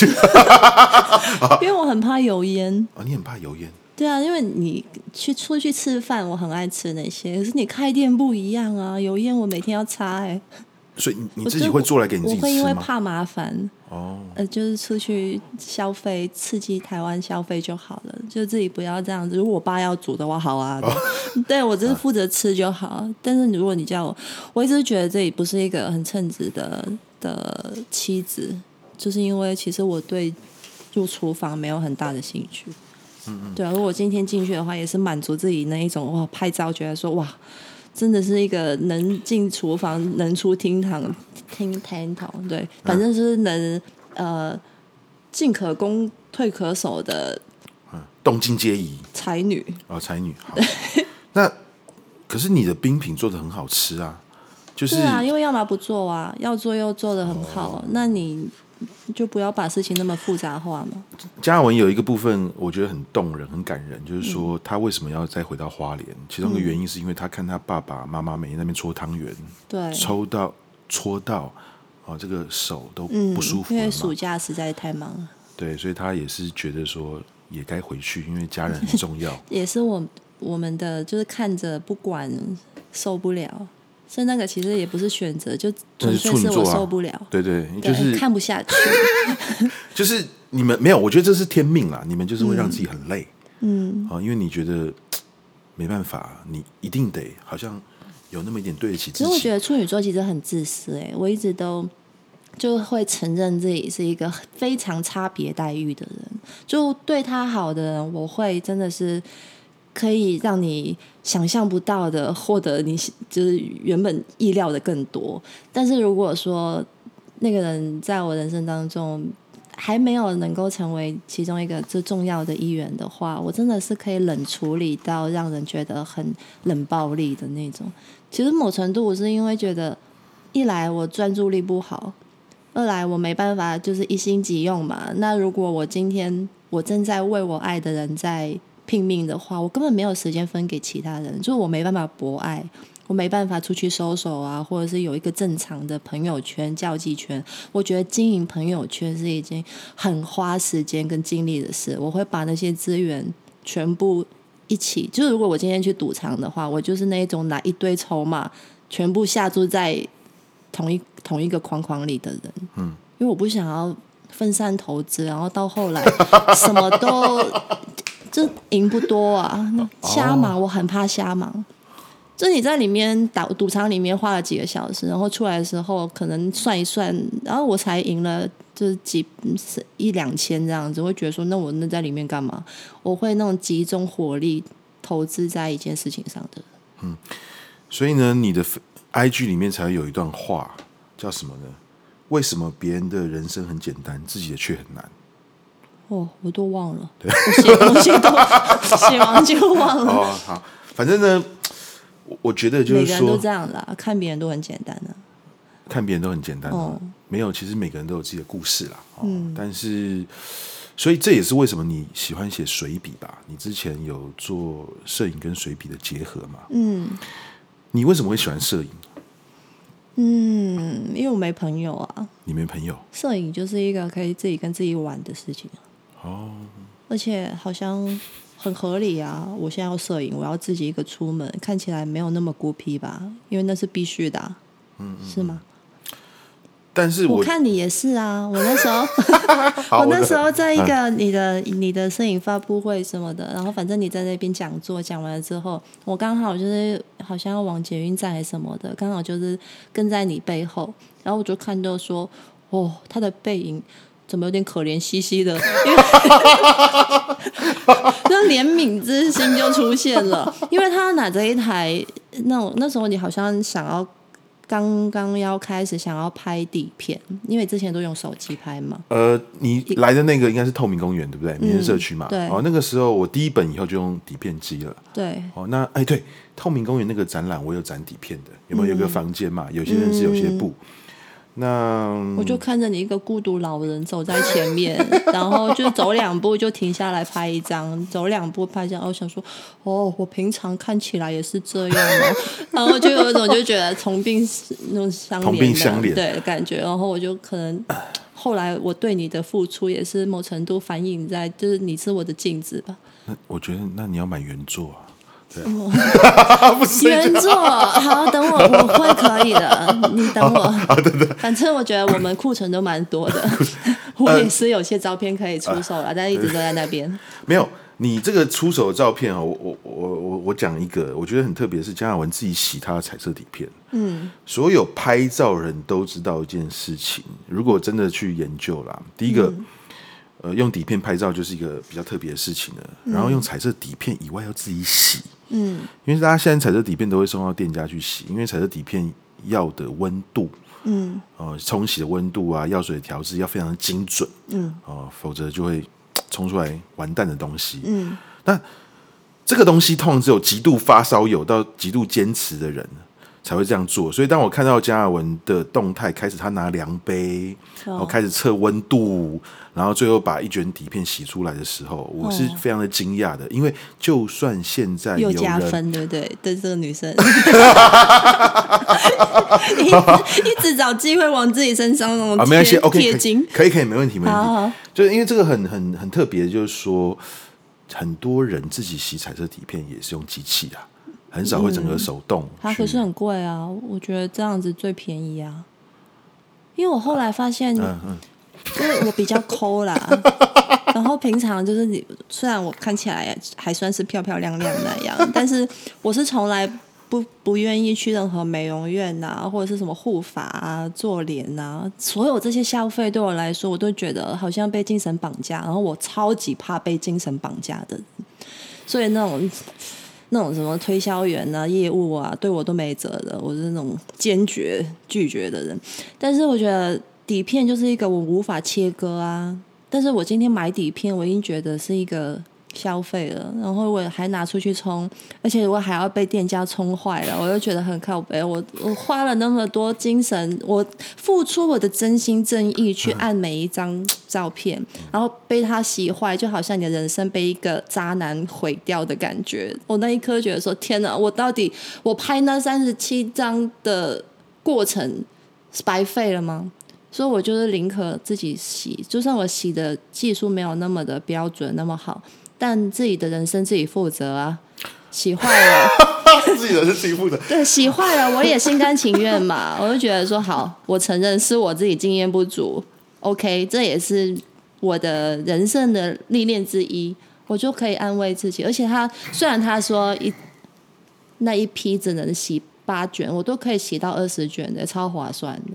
因为我很怕油烟。 你很怕油烟？ 对啊，因为你出去吃饭，我很爱吃那些，可是你开店不一样啊，油烟我每天要擦所以你自己会做来给你自己吃吗？ 我会因为怕麻烦。就是出去消费，刺激台湾消费就好了，就自己不要这样子。如果我爸要煮的话，好啊，对，我只是负责吃就好。但是如果你叫我一直觉得这里不是一个很称职的妻子，就是因为其实我对入厨房没有很大的兴趣。对啊，如果我今天进去的话，也是满足自己那一种拍照觉得说哇，真的是一个能进厨房能出厅堂。对，反正就是能进可攻退可守的， 动静皆宜才女才女。好，那可是你的冰品做的很好吃啊，就是对啊，因为要么不做啊，要做又做的很好，那你就不要把事情那么复杂化嘛。 嘉文有一个部分我觉得很动人很感人，就是说他为什么要再回到花莲，其中一个原因是因为他看他爸爸妈妈每天在那边搓汤圆， 对， 戳到这个手都不舒服了嘛， 因为暑假实在太忙了。 对，所以他也是觉得说也该回去，因为家人很重要。 也是我们的就是看着不管受不了，所以那个其实也不是选择，就纯粹是我受不了。 对，就是看不下去。 就是你们没有，我觉得这是天命啦，你们就是会让自己很累。因为你觉得没办法，你一定得好像有那么一点对得起自己。 其实我觉得处女座其实很自私我一直都就会承认自己是一个非常差别待遇的人，就对他好的人，我会真的是可以让你想象不到的获得你就是原本意料的更多。但是如果说那个人在我人生当中还没有能够成为其中一个最重要的一员的话，我真的是可以冷处理到让人觉得很冷暴力的那种。其实某程度我是因为觉得，一来我专注力不好，二来我没办法就是一心几用嘛。那如果我今天我正在为我爱的人在拼命的话，我根本没有时间分给其他人，就是我没办法博爱，我没办法出去收手啊，或者是有一个正常的朋友圈交际圈。我觉得经营朋友圈是一件很花时间跟精力的事，我会把那些资源全部一起，就是如果我今天去赌场的话，我就是那一种拿一堆筹码全部下注在同一个框框里的人。因为我不想要分散投资，然后到后来什么都就赢不多啊。瞎忙，我很怕瞎忙。就你在里面赌场里面花了几个小时，然后出来的时候可能算一算，然后我才赢了就是一两千这样子，我会觉得说那我在里面干嘛？我会那种集中火力投资在一件事情上的。 所以呢，你的 IG 里面才会有一段话，叫什么呢？为什么别人的人生很简单，自己的却很难？ 哦，我都忘了，我写完就忘了。 好，反正呢，我觉得就是说， 每个人都这样啦，看别人都很简单的， 看别人都很简单。没有，其实每个人都有自己的故事啦。但是，所以这也是为什么你喜欢写水笔吧？你之前有做摄影跟水笔的结合嘛？你为什么会喜欢摄影？ 因为我没朋友啊。 你没朋友？ 摄影就是一个可以自己跟自己玩的事情。而且好像很合理啊！我现在要摄影，我要自己一个出门，看起来没有那么孤僻吧？因为那是必须的啊。是吗？ 但是我看你也是啊。我那时候我那时候在一个你的摄影发布会什么的，然后反正你在那边讲座，讲完了之后，我刚好就是好像要往捷运站还是什么的，刚好就是跟在你背后，然后我就看到说，他的背影怎么有点可怜兮兮的，因为那怜悯之心就出现了，因为他拿着一台那时候你好像刚刚要开始想要拍底片，因为之前都用手机拍嘛。 你来的那个应该是透明公园对不对？民生社区嘛。 对。 那个时候我第一本以后就用底片机了。 对。 那对，透明公园那个展览我有展底片的，有没有？有个房间嘛，有些人是有些不。那我就看着你一个孤独老人走在前面，然后就走2步就停下来拍一张，走2步拍一张。我想说，我平常看起来也是这样哦，然后就有一种就觉得同病相怜的感觉。然后我就可能后来我对你的付出也是某程度反映在，就是你是我的镜子吧。 那我觉得那你要买原作啊。 不是原作好，等我会可以的，你等我。 对， 反正我觉得我们库存都蛮多的，我也是有些照片可以出手了，但一直都在那边。 没有，你这个出手的照片我讲一个，我觉得很特别，是江雅雯自己洗她的彩色底片。所有拍照人都知道一件事情，如果真的去研究啦，第一个。用底片拍照就是一个比较特别的事情了，然后用彩色底片以外要自己洗，因为大家现在彩色底片都会送到店家去洗，因为彩色底片要的温度，冲洗的温度啊，药水的调制要非常的精准，否则就会冲出来完蛋的东西。那这个东西通常只有极度发烧友到极度坚持的人才会这样做，所以当我看到江雅雯的动态，开始他拿量杯，然后开始测温度，然后最后把一卷底片洗出来的时候，我是非常的惊讶的，因为就算现在有人又加分，对不对？对这个女生，一直找机会往自己身上那种贴金， 可以，没问题，没问题。就是因为这个很特别，就是说很多人自己洗彩色底片也是用机器啊。很少会整个手动， 它可是很贵啊！我觉得这样子最便宜啊，因为我后来发现，就是我比较抠啦，然后平常就是你虽然我看起来还算是漂漂亮亮那样，但是我是从来不愿意去任何美容院啊，或者是什么护发啊、做脸啊，所有这些消费对我来说，我都觉得好像被精神绑架，然后我超级怕被精神绑架的，所以那种什么推销员啊、业务啊，对我都没辙的。我是那种坚决拒绝的人。但是我觉得底片就是一个我无法切割啊， 但是我今天买底片，我已经觉得是一个消费了，然后我还拿出去冲，而且我还要被店家冲坏了，我就觉得很靠北。我花了那么多精神，我付出我的真心真意去按每一张照片，然后被他洗坏，就好像你的人生被一个渣男毁掉的感觉。我那一刻觉得说，天哪，我拍那37张的过程是白费了吗？所以我就是宁可自己洗，就算我洗的技术没有那么的标准那么好，但自己的人生自己负责啊。洗坏了自己的是自己负责， 对，洗坏了我也心甘情愿嘛。我就觉得说好，我承认是我自己经验不足 OK， 这也是我的人生的历练之一，我就可以安慰自己。而且虽然他说那一批只能洗8卷，我都可以洗到20卷的，超划算的。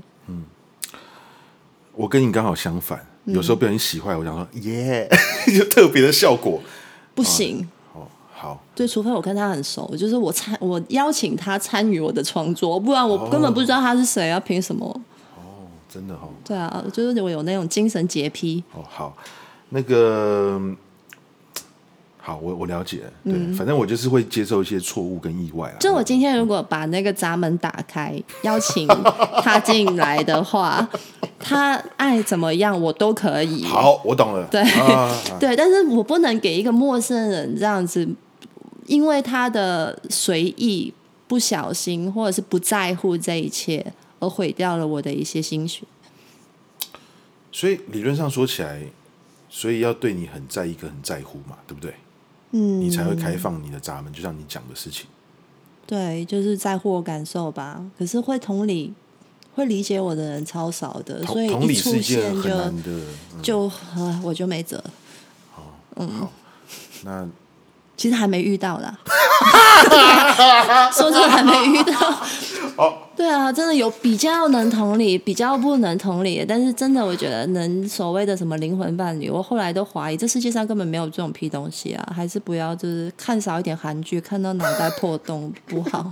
我跟你刚好相反，有时候不小心洗坏，我想说耶，就特别的效果。 不行。 好， 对，除非我跟他很熟，就是我邀请他参与我的创作，不然我根本不知道他是谁啊，凭什么？ 哦，真的哦。 对啊，就是我有那种精神洁癖。 哦，好，那个好，我了解，对，反正我就是会接受一些错误跟意外啦。 就我今天如果把那个闸门打开，邀请他进来的话，他爱怎么样我都可以。 好，我懂了。 对、对，但是我不能给一个陌生人这样子，因为他的随意、不小心或者是不在乎这一切，而毁掉了我的一些心血。 所以理论上说起来，所以要对你很在意跟很在乎嘛，对不对？你才会开放你的闸门，就像你讲的事情。 对，就是在乎我感受吧。可是会同理、会理解我的人超少的，所以一出现我就没辙。 好，那其实还没遇到啦。说真的还没遇到。对啊，真的有比较能同理，比较不能同理。但是真的，我觉得能所谓的什么灵魂伴侣，我后来都怀疑这世界上根本没有这种屁东西啊！还是不要，就是看少一点韩剧，看到脑袋破洞不好。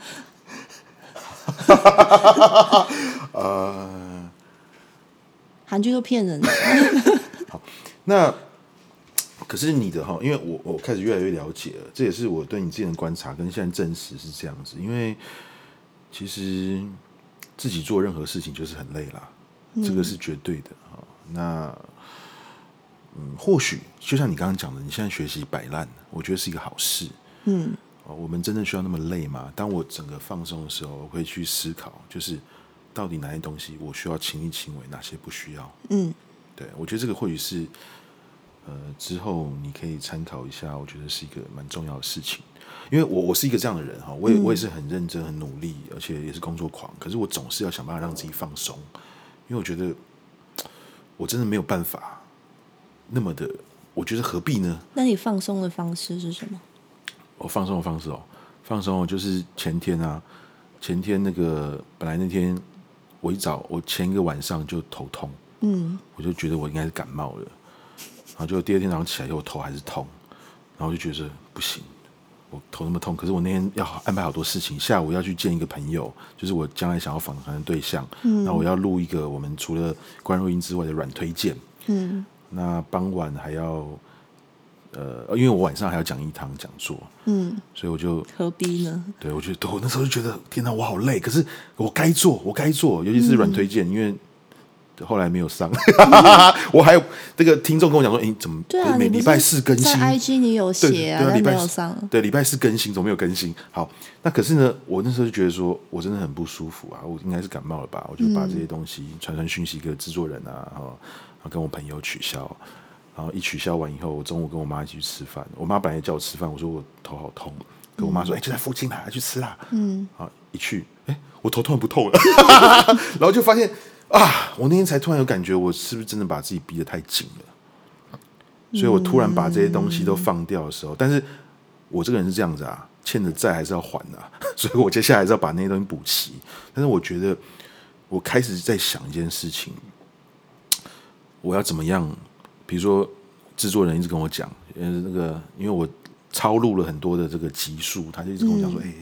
韩剧都骗人的。 好，那可是你的哈，因为我开始越来越了解了，这也是我对你之前的观察跟现在证实是这样子，因为其实自己做任何事情就是很累啦，这个是绝对的哈。那或许就像你刚刚讲的，你现在学习摆烂，我觉得是一个好事。我们真的需要那么累吗？当我整个放松的时候，我会去思考，就是到底哪些东西我需要亲力亲为，哪些不需要。对，我觉得这个或许是之后你可以参考一下，我觉得是一个蛮重要的事情。因为我是一个这样的人哈，我也是很认真、很努力，而且也是工作狂。可是我总是要想办法让自己放松，因为我觉得我真的没有办法那么的，我觉得何必呢？ 那你放松的方式是什么？ 我放松的方式放松就是前天那个本来那天我前一个晚上就头痛，我就觉得我应该是感冒了，然后就第二天早上起来我头还是痛，然后我就觉得不行，我头那么痛，可是我那天要安排好多事情，下午要去见一个朋友，就是我将来想要访谈的对象，然后我要录一个我们除了观录音之外的软推荐，那傍晚还要因为我晚上还要讲一堂讲座，所以我就何必呢？ 对，我那时候就觉得天哪，我好累，可是我该做，尤其是软推荐，因为后来没有上，我还有这个听众跟我讲说，怎么每礼拜4更新？在 IG 你有写啊，但没有上。 对，礼拜4更新，怎么没有更新？好，那可是呢，我那时候就觉得说，我真的很不舒服啊，我应该是感冒了吧？我就把这些东西传讯息给制作人啊，然后跟我朋友取消。然后一取消完以后，我中午跟我妈一起去吃饭。我妈本来也叫我吃饭，我说我头好痛，跟我妈说，就在附近啦，去吃啦。好，一去，我头突然不痛了，然后就发现我那天才突然有感觉，我是不是真的把自己逼得太紧了？所以我突然把这些东西都放掉的时候，但是我这个人是这样子啊，欠的债还是要还的，所以我接下来还是要把那些东西补齐。但是我觉得，我开始在想一件事情，我要怎么样？比如说，制作人一直跟我讲，因为我抄录了很多的这个集数，他就一直跟我讲说，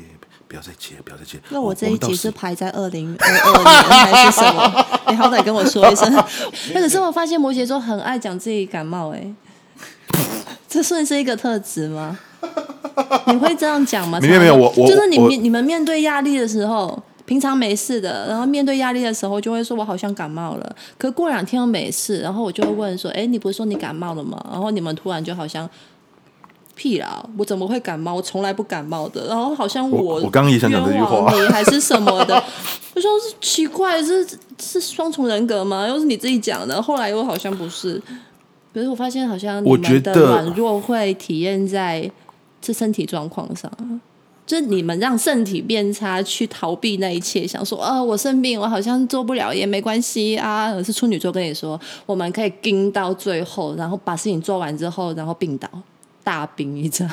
不要再接，不要再接。 那我这一集是排在2022年还是什么？你好歹跟我说一声。可是我发现摩羯座很爱讲自己感冒，这算是一个特质吗？你会这样讲吗？ 没有，我就是你们面对压力的时候，平常没事的，然后面对压力的时候就会说我好像感冒了，可过2天又没事，然后我就会问说，你不是说你感冒了吗？然后你们突然就好像屁啦，我怎么会感冒？我从来不感冒的。然后好像我刚刚也想讲这句话， 你还是什么的，我说是奇怪，是双重人格吗？又是你自己讲的，后来又好像不是。可是我发现好像你们的软弱会体验在这身体状况上，就是你们让身体变差去逃避那一切，想说我生病，我好像做不了也没关系啊。而是处女座跟你说，我们可以盯到最后，然后把事情做完之后，然后病倒，大病一场。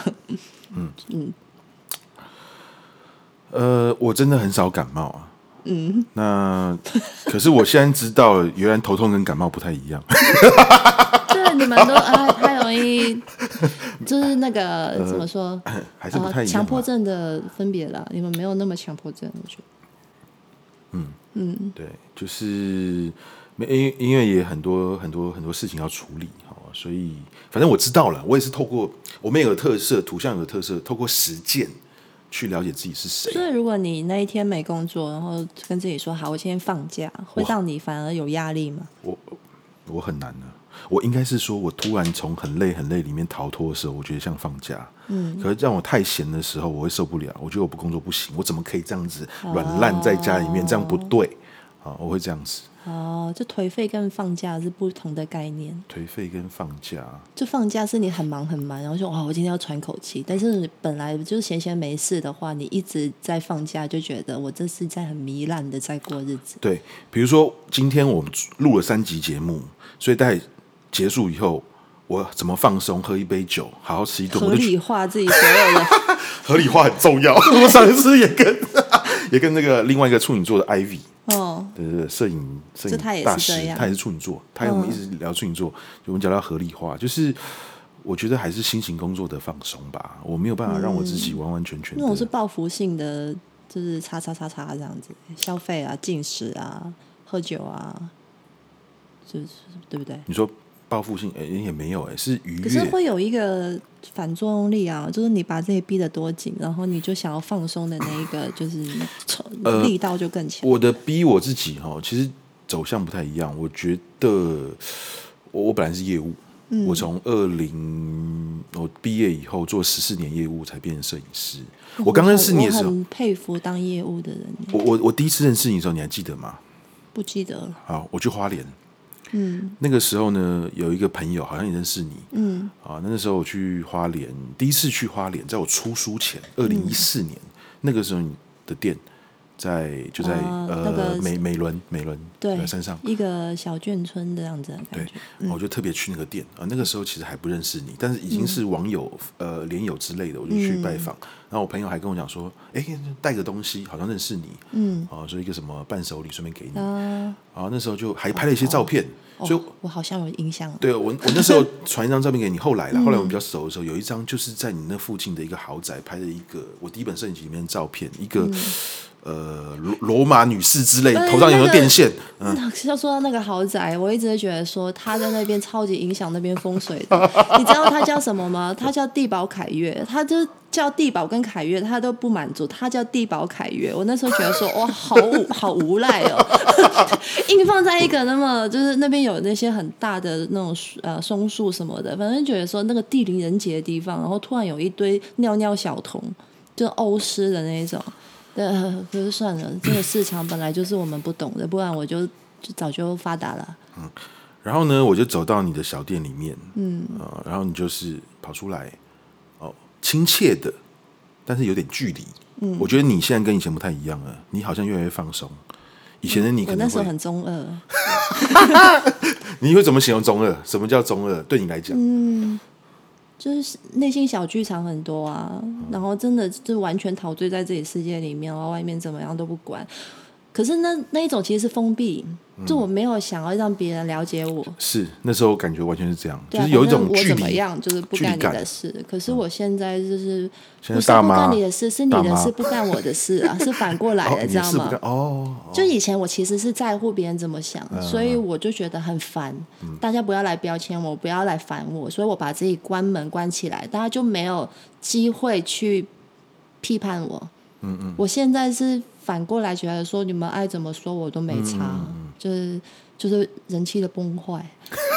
我真的很少感冒啊。那可是我现在知道了，原来头痛跟感冒不太一样。 对，你们都太容易，就是那个怎么说， 还是不太一样强迫症的分别啦。你们没有那么强迫症，我觉得。 对，就是因为也很多事情要处理，所以反正我知道了。我也是透过我们有个特色，土象有个特色，透过实践去了解自己是谁。 所以如果你那一天没工作，然后跟自己说好，我今天放假，会让你反而有压力吗？ 我很难的。我应该是说，我突然从很累里面逃脱的时候，我觉得像放假。可是让我太闲的时候，我会受不了。我觉得我不工作不行，我怎么可以这样子软烂在家里面？这样不对啊！我会这样子。 这颓废跟放假是不同的概念。 颓废跟放假， 就放假是你很忙，然后说我今天要喘口气。但是你本来就是闲没事的话，你一直在放假，就觉得我这是在很糜烂的在过日子。 对，比如说今天我们录了3集节目，所以在结束以后，我怎么放松？喝一杯酒，好好吃一顿， 合理化自己所有的合理化很重要。我上一次也跟那个另外一个处女座的 Ivy。对，摄影大师，他也是处女座，他我们一直聊处女座，我们讲到合理化，就是我觉得还是新型工作的放松吧，我没有办法让我自己完完全全的。 那种是报复性的，就是叉这样子消费啊、进食啊、喝酒啊，就是对不对？ 你说报复性也没有是愉悦， 可是会有一个反作用力啊，就是你把自己逼得多紧，然后你就想要放松的那一个，就是力道就更强。 我的逼我自己其实走向不太一样。我觉得我本来是业务，我从我毕业以后做14年业务才变成摄影师。我刚认识你的时候， 我很佩服当业务的人。 我第一次认识你的时候，你还记得吗？ 不记得了。 好，我去花莲。那个时候呢，有一个朋友好像也认识你。那时候我去花莲，第一次去花莲，在我出书前，2014年，那个时候你的店就在那个美伦对山上一个小眷村的样子的感觉。 对，我就特别去那个店那个时候其实还不认识你，但是已经是网友连友之类的，我就去拜访。然后我朋友还跟我讲说，带个东西，好像认识你。说一个什么伴手礼顺便给你。那时候就还拍了一些照片。所以我好像有印象。 对，我那时候传一张照片给你，后来我们比较熟的时候，有一张就是在你那附近的一个豪宅拍的一个我第一本摄影集里面的照片，一个罗马女士之类，头上有个电线。 要说到那个豪宅，我一直觉得说他在那边超级影响那边风水的。你知道他叫什么吗？他叫地堡凯悦，他就叫地堡跟凯悦，他都不满足，他叫地堡凯悦。我那时候觉得说，哇，好无赖哦，硬放在一个那么就是那边有那些很大的那种松树什么的，反正觉得说那个地灵人杰的地方，然后突然有一堆尿尿小童，就是欧式的那一种。可是算了，这个市场本来就是我们不懂的，不然我就早就发达了。 然后呢，我就走到你的小店里面，然后你就是跑出来，亲切的，但是有点距离。我觉得你现在跟以前不太一样了，你好像越来越放松。以前的你可能会， 我那时候很中二。 你会怎么形容中二？什么叫中二？对你来讲？ 就是内心小剧场很多啊，然后真的就完全陶醉在自己世界里面，然后外面怎么样都不管。 可是那一种其实是封闭，就我没有想要让别人了解我。 是那时候感觉完全是这样， 对啊， 就是有一种距离， 我怎么样就是不干你的事。可是我现在就是现在大妈不是不干你的事，是你的事不干我的事啊，是反过来的，知道吗？就以前我其实是在乎别人怎么想，所以我就觉得很烦，大家不要来标签我，不要来烦我，所以我把自己关门关起来，大家就没有机会去批判我。我现在是反过来觉得说，你们爱怎么说我都没差，就是人气的崩坏。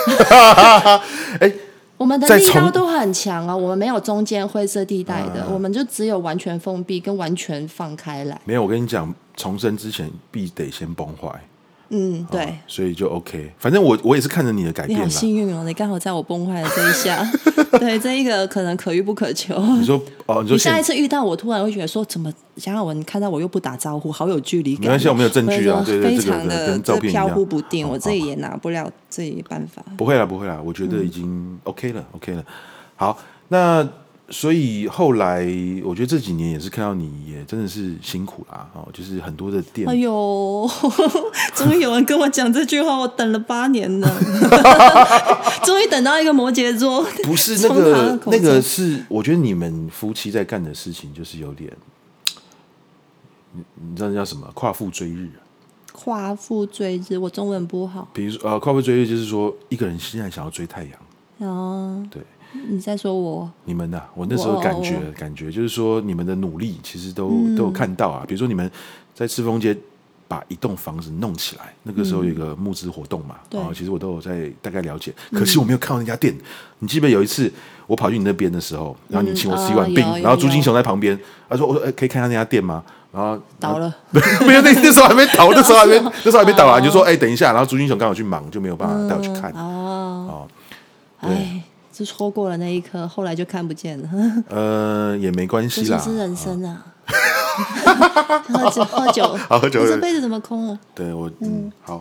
我们的力道都很强啊，我们没有中间灰色地带的，我们就只有完全封闭跟完全放开来。 没有，我跟你讲，重生之前必得先崩坏。 对， 所以就 OK。反正我也是看着你的改变啦。 你好幸运哦，你刚好在我崩坏的这一下，对，这一个可能可遇不可求。 你说你下一次遇到我，突然会觉得说，怎么蒋雅文看到我又不打招呼，好有距离感。 没关系，我没有证据啊，对， 非常的飘忽不定， 我自己也拿不了自己办法。 不会啦，我觉得已经 OK 了。好，那所以后来我觉得这几年也是看到你也真的是辛苦啦，就是很多的店。 哎呦，终于有人跟我讲这句话，我等了8年了，终于等到一个摩羯座。 不是那个是，我觉得你们夫妻在干的事情就是有点，你知道那叫什么？夸父追日。 夸父追日，我中文不好。 比如说夸父追日就是说一个人现在想要追太阳。对。 你在说我？ 你们啊，我那时候感觉就是说，你们的努力其实都有看到啊。比如说你们在赤峰街把一栋房子弄起来，那个时候有一个募资活动嘛，其实我都有在大概了解。可是我没有看到那家店。你记不记得有一次我跑去你那边的时候，然后你请我吃一碗冰，然后朱金雄在旁边，他说：“我说可以看一下那家店吗？”然后倒了， 没有，那时候还没倒，那时候还没倒啊。你就说：“等一下。”然后朱金雄刚好去忙，就没有办法带我去看。 对。就错过了那一刻，后来就看不见了。 也没关系啦， 这是人生啊。喝酒， 好喝酒， 这辈子怎么空了？ 对我，好，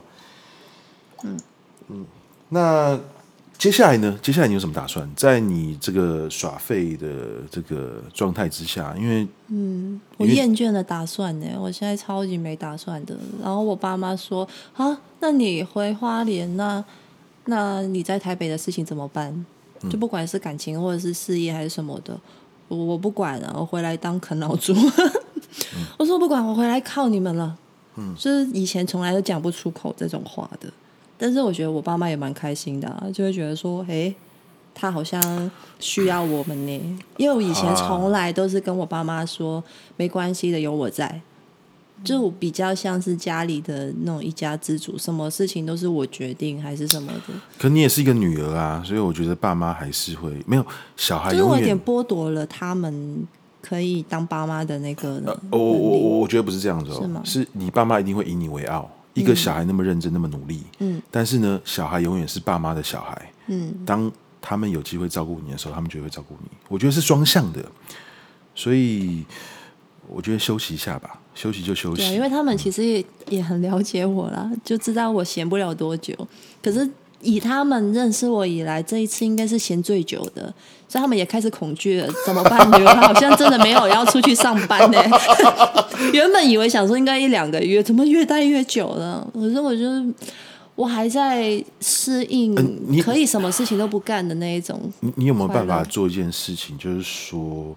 那接下来呢？接下来你有什么打算？在你这个耍废的这个状态之下，因为我厌倦了打算呢，我现在超级没打算的。然后我爸妈说：“啊，那你回花莲，那你在台北的事情怎么办？”就不管是感情或者是事业还是什么的，我不管了，我回来当啃老族。我说不管，我回来靠你们了。就是以前从来都讲不出口这种话的，但是我觉得我爸妈也蛮开心的就会觉得说，他好像需要我们呢。因为我以前从来都是跟我爸妈说，没关系的，有我在。就比较像是家里的那种一家之主，什么事情都是我决定还是什么的。 可你也是一个女儿啊，所以我觉得爸妈还是会没有小孩， 就是我有点剥夺了他们可以当爸妈的那个我觉得不是这样子是吗？ 是你爸妈一定会以你为傲。一个小孩那么认真那么努力，但是呢，小孩永远是爸妈的小孩。当他们有机会照顾你的时候，他们就会照顾你。我觉得是双向的，所以我觉得休息一下吧。休息就休息， 对，因为他们其实也很了解我啦，就知道我闲不了多久。可是以他们认识我以来，这一次应该是闲最久的，所以他们也开始恐惧了。怎么办？女儿好像真的没有要出去上班呢。原本以为想说应该1-2个月，怎么越待越久了？可是我还在适应，可以什么事情都不干的那一种。 你有没有办法做一件事情，就是说，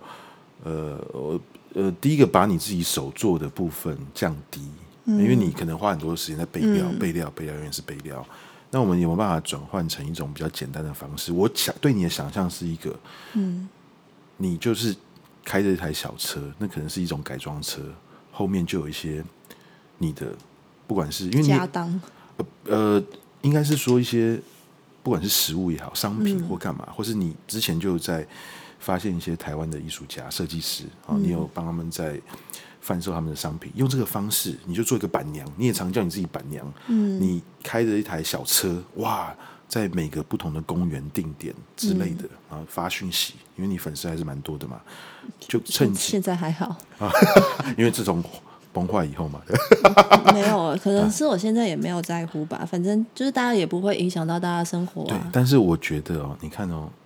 第一个把你自己手做的部分降低，因为你可能花很多时间在备料，永远是备料。那我们有没有办法转换成一种比较简单的方式？我想对你的想象是一个，你就是开着一台小车，那可能是一种改装车，后面就有一些你的，不管是因为你家当， 应该是说一些不管是食物也好，商品或干嘛，或是你之前就在发现一些台湾的艺术家、设计师你有帮他们在贩售他们的商品，用这个方式，你就做一个板娘，你也常叫你自己板娘，你开着一台小车，哇，在每个不同的公园定点之类的，然后发讯息，因为你粉丝还是蛮多的嘛，就趁现在还好因为自从崩坏以后嘛， 没有，可能是我现在也没有在乎吧，反正就是大家也不会影响到大家生活对，但是我觉得你看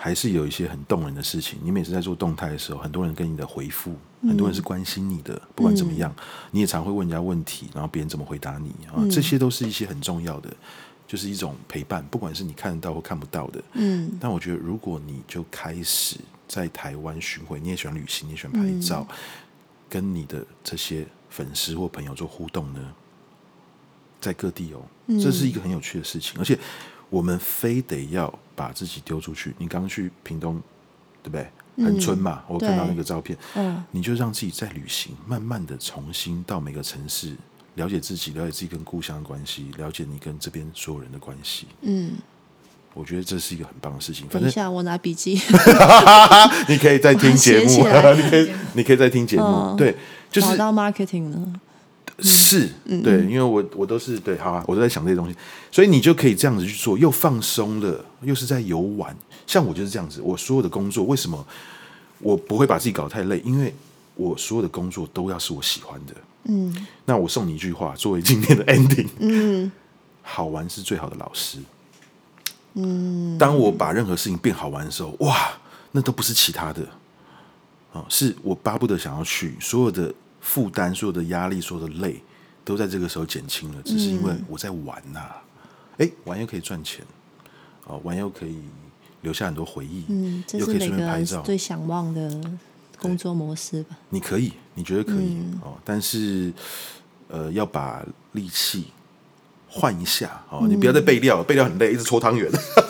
还是有一些很动人的事情。你每次在做动态的时候，很多人跟你的回复，很多人是关心你的，不管怎么样，你也常会问人家问题，然后别人怎么回答你啊，这些都是一些很重要的，就是一种陪伴，不管是你看得到或看不到的。但我觉得，如果你就开始在台湾巡回，你也喜欢旅行，你也喜欢拍照，跟你的这些粉丝或朋友做互动呢，在各地这是一个很有趣的事情，而且我们非得要把自己丢出去。你刚去屏东，对不对？恒春嘛，我看到那个照片，你就让自己在旅行，慢慢的重新到每个城市，了解自己，了解自己跟故乡的关系，了解你跟这边所有人的关系。我觉得这是一个很棒的事情。 等一下，我拿笔记。 你可以再听节目，你可以再听节目。对，就是找到 marketing 了。 是，对，因为我都是对，好啊，我都在想这些东西，所以你就可以这样子去做，又放松了，又是在游玩。像我就是这样子，我所有的工作，为什么我不会把自己搞太累？因为我所有的工作都要是我喜欢的。那我送你一句话，作为今天的 ending。好玩是最好的老师。当我把任何事情变好玩的时候，哇，那都不是其他的，是我巴不得想要去，所有的负担、所有的压力、所有的累，都在这个时候减轻了。只是因为我在玩玩又可以赚钱，玩又可以留下很多回忆， 这是每个人最想望的工作模式吧？ 你可以，你觉得可以，但是要把力气换一下，你不要再备料，备料很累，一直搓汤圆。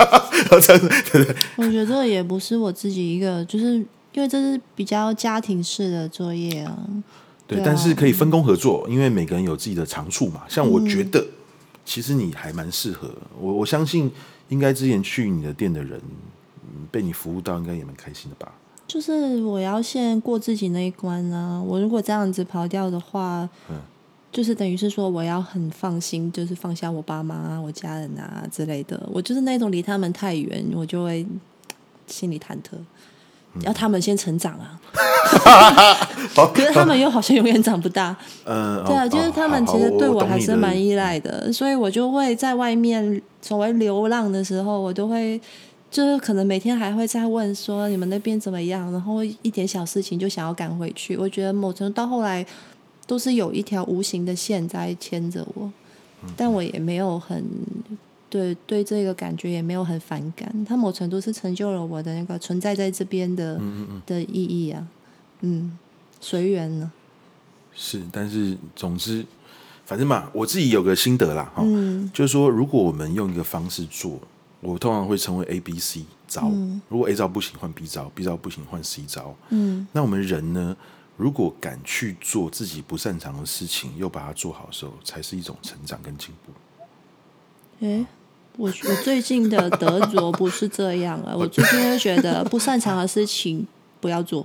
我觉得也不是我自己一个，就是因为这是比较家庭式的作业啊。 对，但是可以分工合作，因为每个人有自己的长处嘛。像我觉得，其实你还蛮适合我相信，应该之前去你的店的人，被你服务到，应该也蛮开心的吧？ 就是我要先过自己那一关啊。我如果这样子跑掉的话，就是等于是说我要很放心，就是放下我爸妈、我家人啊之类的。我就是那种离他们太远，我就会心里忐忑。要他们先成长啊，可是他们又好像永远长不大。对啊，就是他们其实对我还是蛮依赖的，所以我就会在外面所谓流浪的时候，我都会就是可能每天还会再问说你们那边怎么样，然后一点小事情就想要赶回去。我觉得某程度到后来都是有一条无形的线在牵着我，但我也没有很对这个感觉也没有很反感，它某程度是成就了我的那个存在在这边的意义啊。随缘呢。 是，但是总之反正嘛，我自己有个心得啦，就是说如果我们用一个方式做，我通常会称为 ABC 招，如果 A 招不行换 B 招， B 招不行换 C 招。那我们人呢，如果敢去做自己不擅长的事情，又把它做好的时候，才是一种成长跟进步。 我最近的得着不是这样了。我最近就觉得不擅长的事情不要做。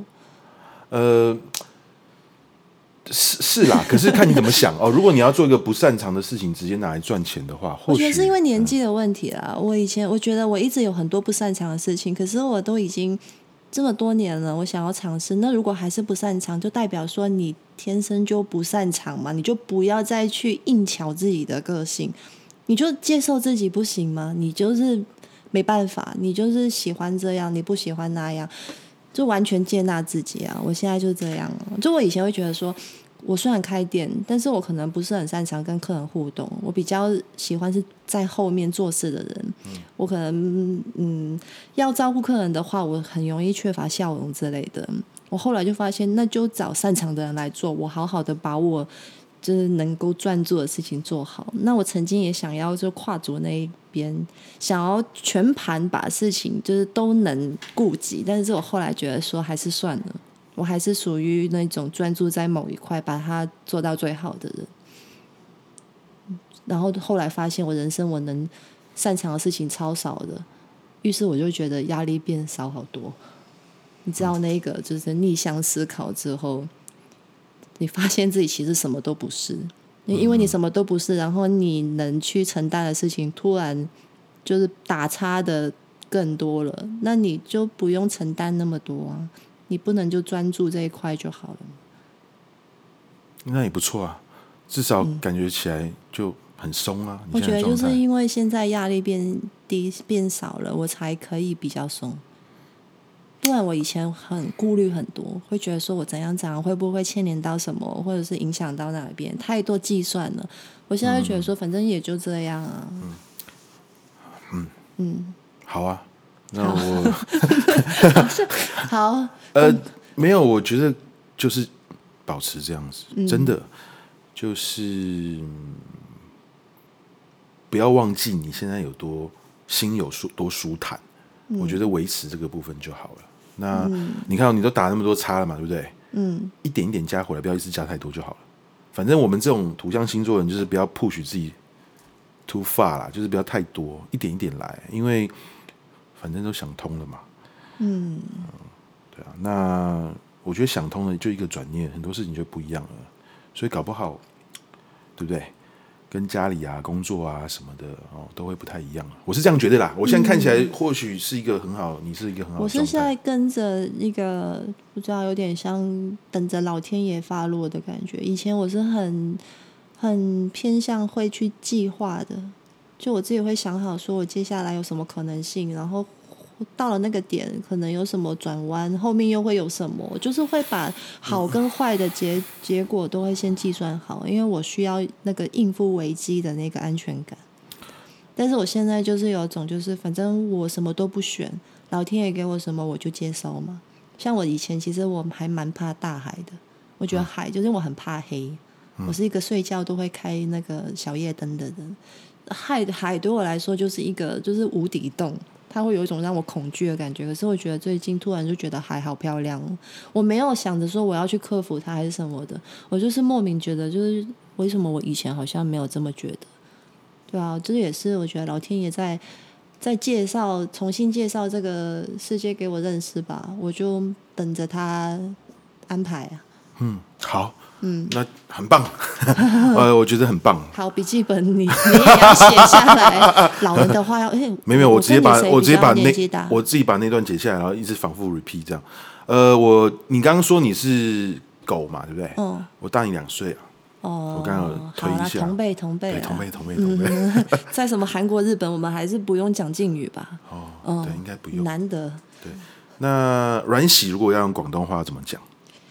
是啦，可是看你怎么想如果你要做一个不擅长的事情，直接拿来赚钱的话，或许我觉得是因为年纪的问题啦。我觉得我一直有很多不擅长的事情，可是我都已经这么多年了，我想要尝试。那如果还是不擅长，就代表说你天生就不擅长嘛，你就不要再去硬瞧自己的个性。你就接受自己不行吗？你就是没办法，你就是喜欢这样，你不喜欢那样，就完全接纳自己啊！我现在就这样。就我以前会觉得说，我虽然开店，但是我可能不是很擅长跟客人互动，我比较喜欢是在后面做事的人。我可能要照顾客人的话，我很容易缺乏笑容之类的。我后来就发现，那就找擅长的人来做，我好好的把我就是能够专注的事情做好。那我曾经也想要就跨足那一边，想要全盘把事情就是都能顾及，但是我后来觉得说还是算了，我还是属于那种专注在某一块把它做到最好的人。然后后来发现我人生我能擅长的事情超少的，于是我就觉得压力变少好多。你知道那个就是逆向思考之后，你发现自己其实什么都不是，因为你什么都不是，然后你能去承担的事情突然就是打叉的更多了，那你就不用承担那么多啊，你不能就专注这一块就好了。 那也不错啊，至少感觉起来就很松啊。 我觉得就是因为现在压力变低变少了，我才可以比较松。 不然我以前很顾虑很多，会觉得说我怎样会不会牵连到什么，或者是影响到哪边，太多计算了。我现在觉得说反正也就这样啊。 好啊，那我好没有，我觉得就是保持这样子，真的就是不要忘记你现在有多心有多舒坦，我觉得维持这个部分就好了。那你看你都打那么多叉了嘛，对不对？一点一点加回来，不要一次加太多就好了。反正我们这种土象星座人就是不要 push 自己 too far 啦，就是不要太多，一点一点来，因为反正都想通了嘛。对啊，那我觉得想通了就一个转念，很多事情就不一样了。所以搞不好，对不对？跟家里啊、工作啊什么的都会不太一样。我是这样觉得啦。我现在看起来或许是一个很好，你是一个很好的。 我是现在跟着一个不知道有点像等着老天爷发落的感觉。以前我是很偏向会去计划的，就我自己会想好说我接下来有什么可能性，然后到了那个点可能有什么转弯，后面又会有什么，就是会把好跟坏的结果都会先计算好，因为我需要那个应付危机的那个安全感。但是我现在就是有种就是反正我什么都不选，老天爷给我什么我就接收嘛。像我以前其实我还蛮怕大海的，我觉得海就是我很怕黑，我是一个睡觉都会开那个小夜灯的人。海对我来说就是一个就是无底洞，它会有一种让我恐惧的感觉。可是我觉得最近突然就觉得海好漂亮，我没有想着说我要去克服它还是什么的，我就是莫名觉得就是为什么我以前好像没有这么觉得。对啊，这也是我觉得老天爷在重新介绍这个世界给我认识吧，我就等着他安排啊。 好，那很棒，我觉得很棒。 好，笔记本你也要写下来。老人的话要， 没有，我直接把我自己把那段截下来，然后一直反复 repeat 这样。你刚刚说你是狗嘛，对不对？我大你2岁啊。我刚刚有推一下， 同辈， 对，同辈。 在什么韩国、日本，我们还是不用讲敬语吧？ 对，应该不用。 难得。 对，那阮喜如果要用广东话怎么讲？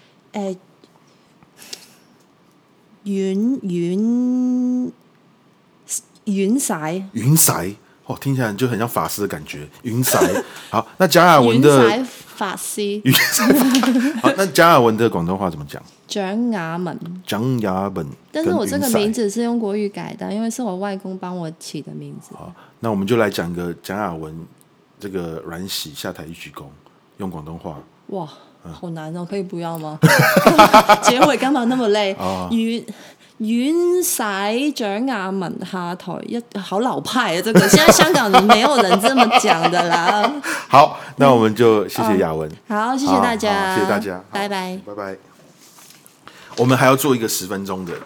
云彩听起来就很像法师的感觉。云彩，好，那贾雅文的云彩法师。 好，那贾雅文的广东话怎么讲？ 蒋雅文。但是我这个名字是用国语改的，因为是我外公帮我起的名字。 好，那我们就来讲个蒋雅文这个阮喜下台一鞠躬，用广东话。 哇，好难哦，可以不要吗？结尾干嘛那么累？阮洗蒋雅文下台好老派啊！这个现在香港人没有人这么讲的啦。 好，那我们就谢谢雅文。 好，谢谢大家， 谢谢大家， 拜拜， 拜拜。我们还要做一个10分钟的。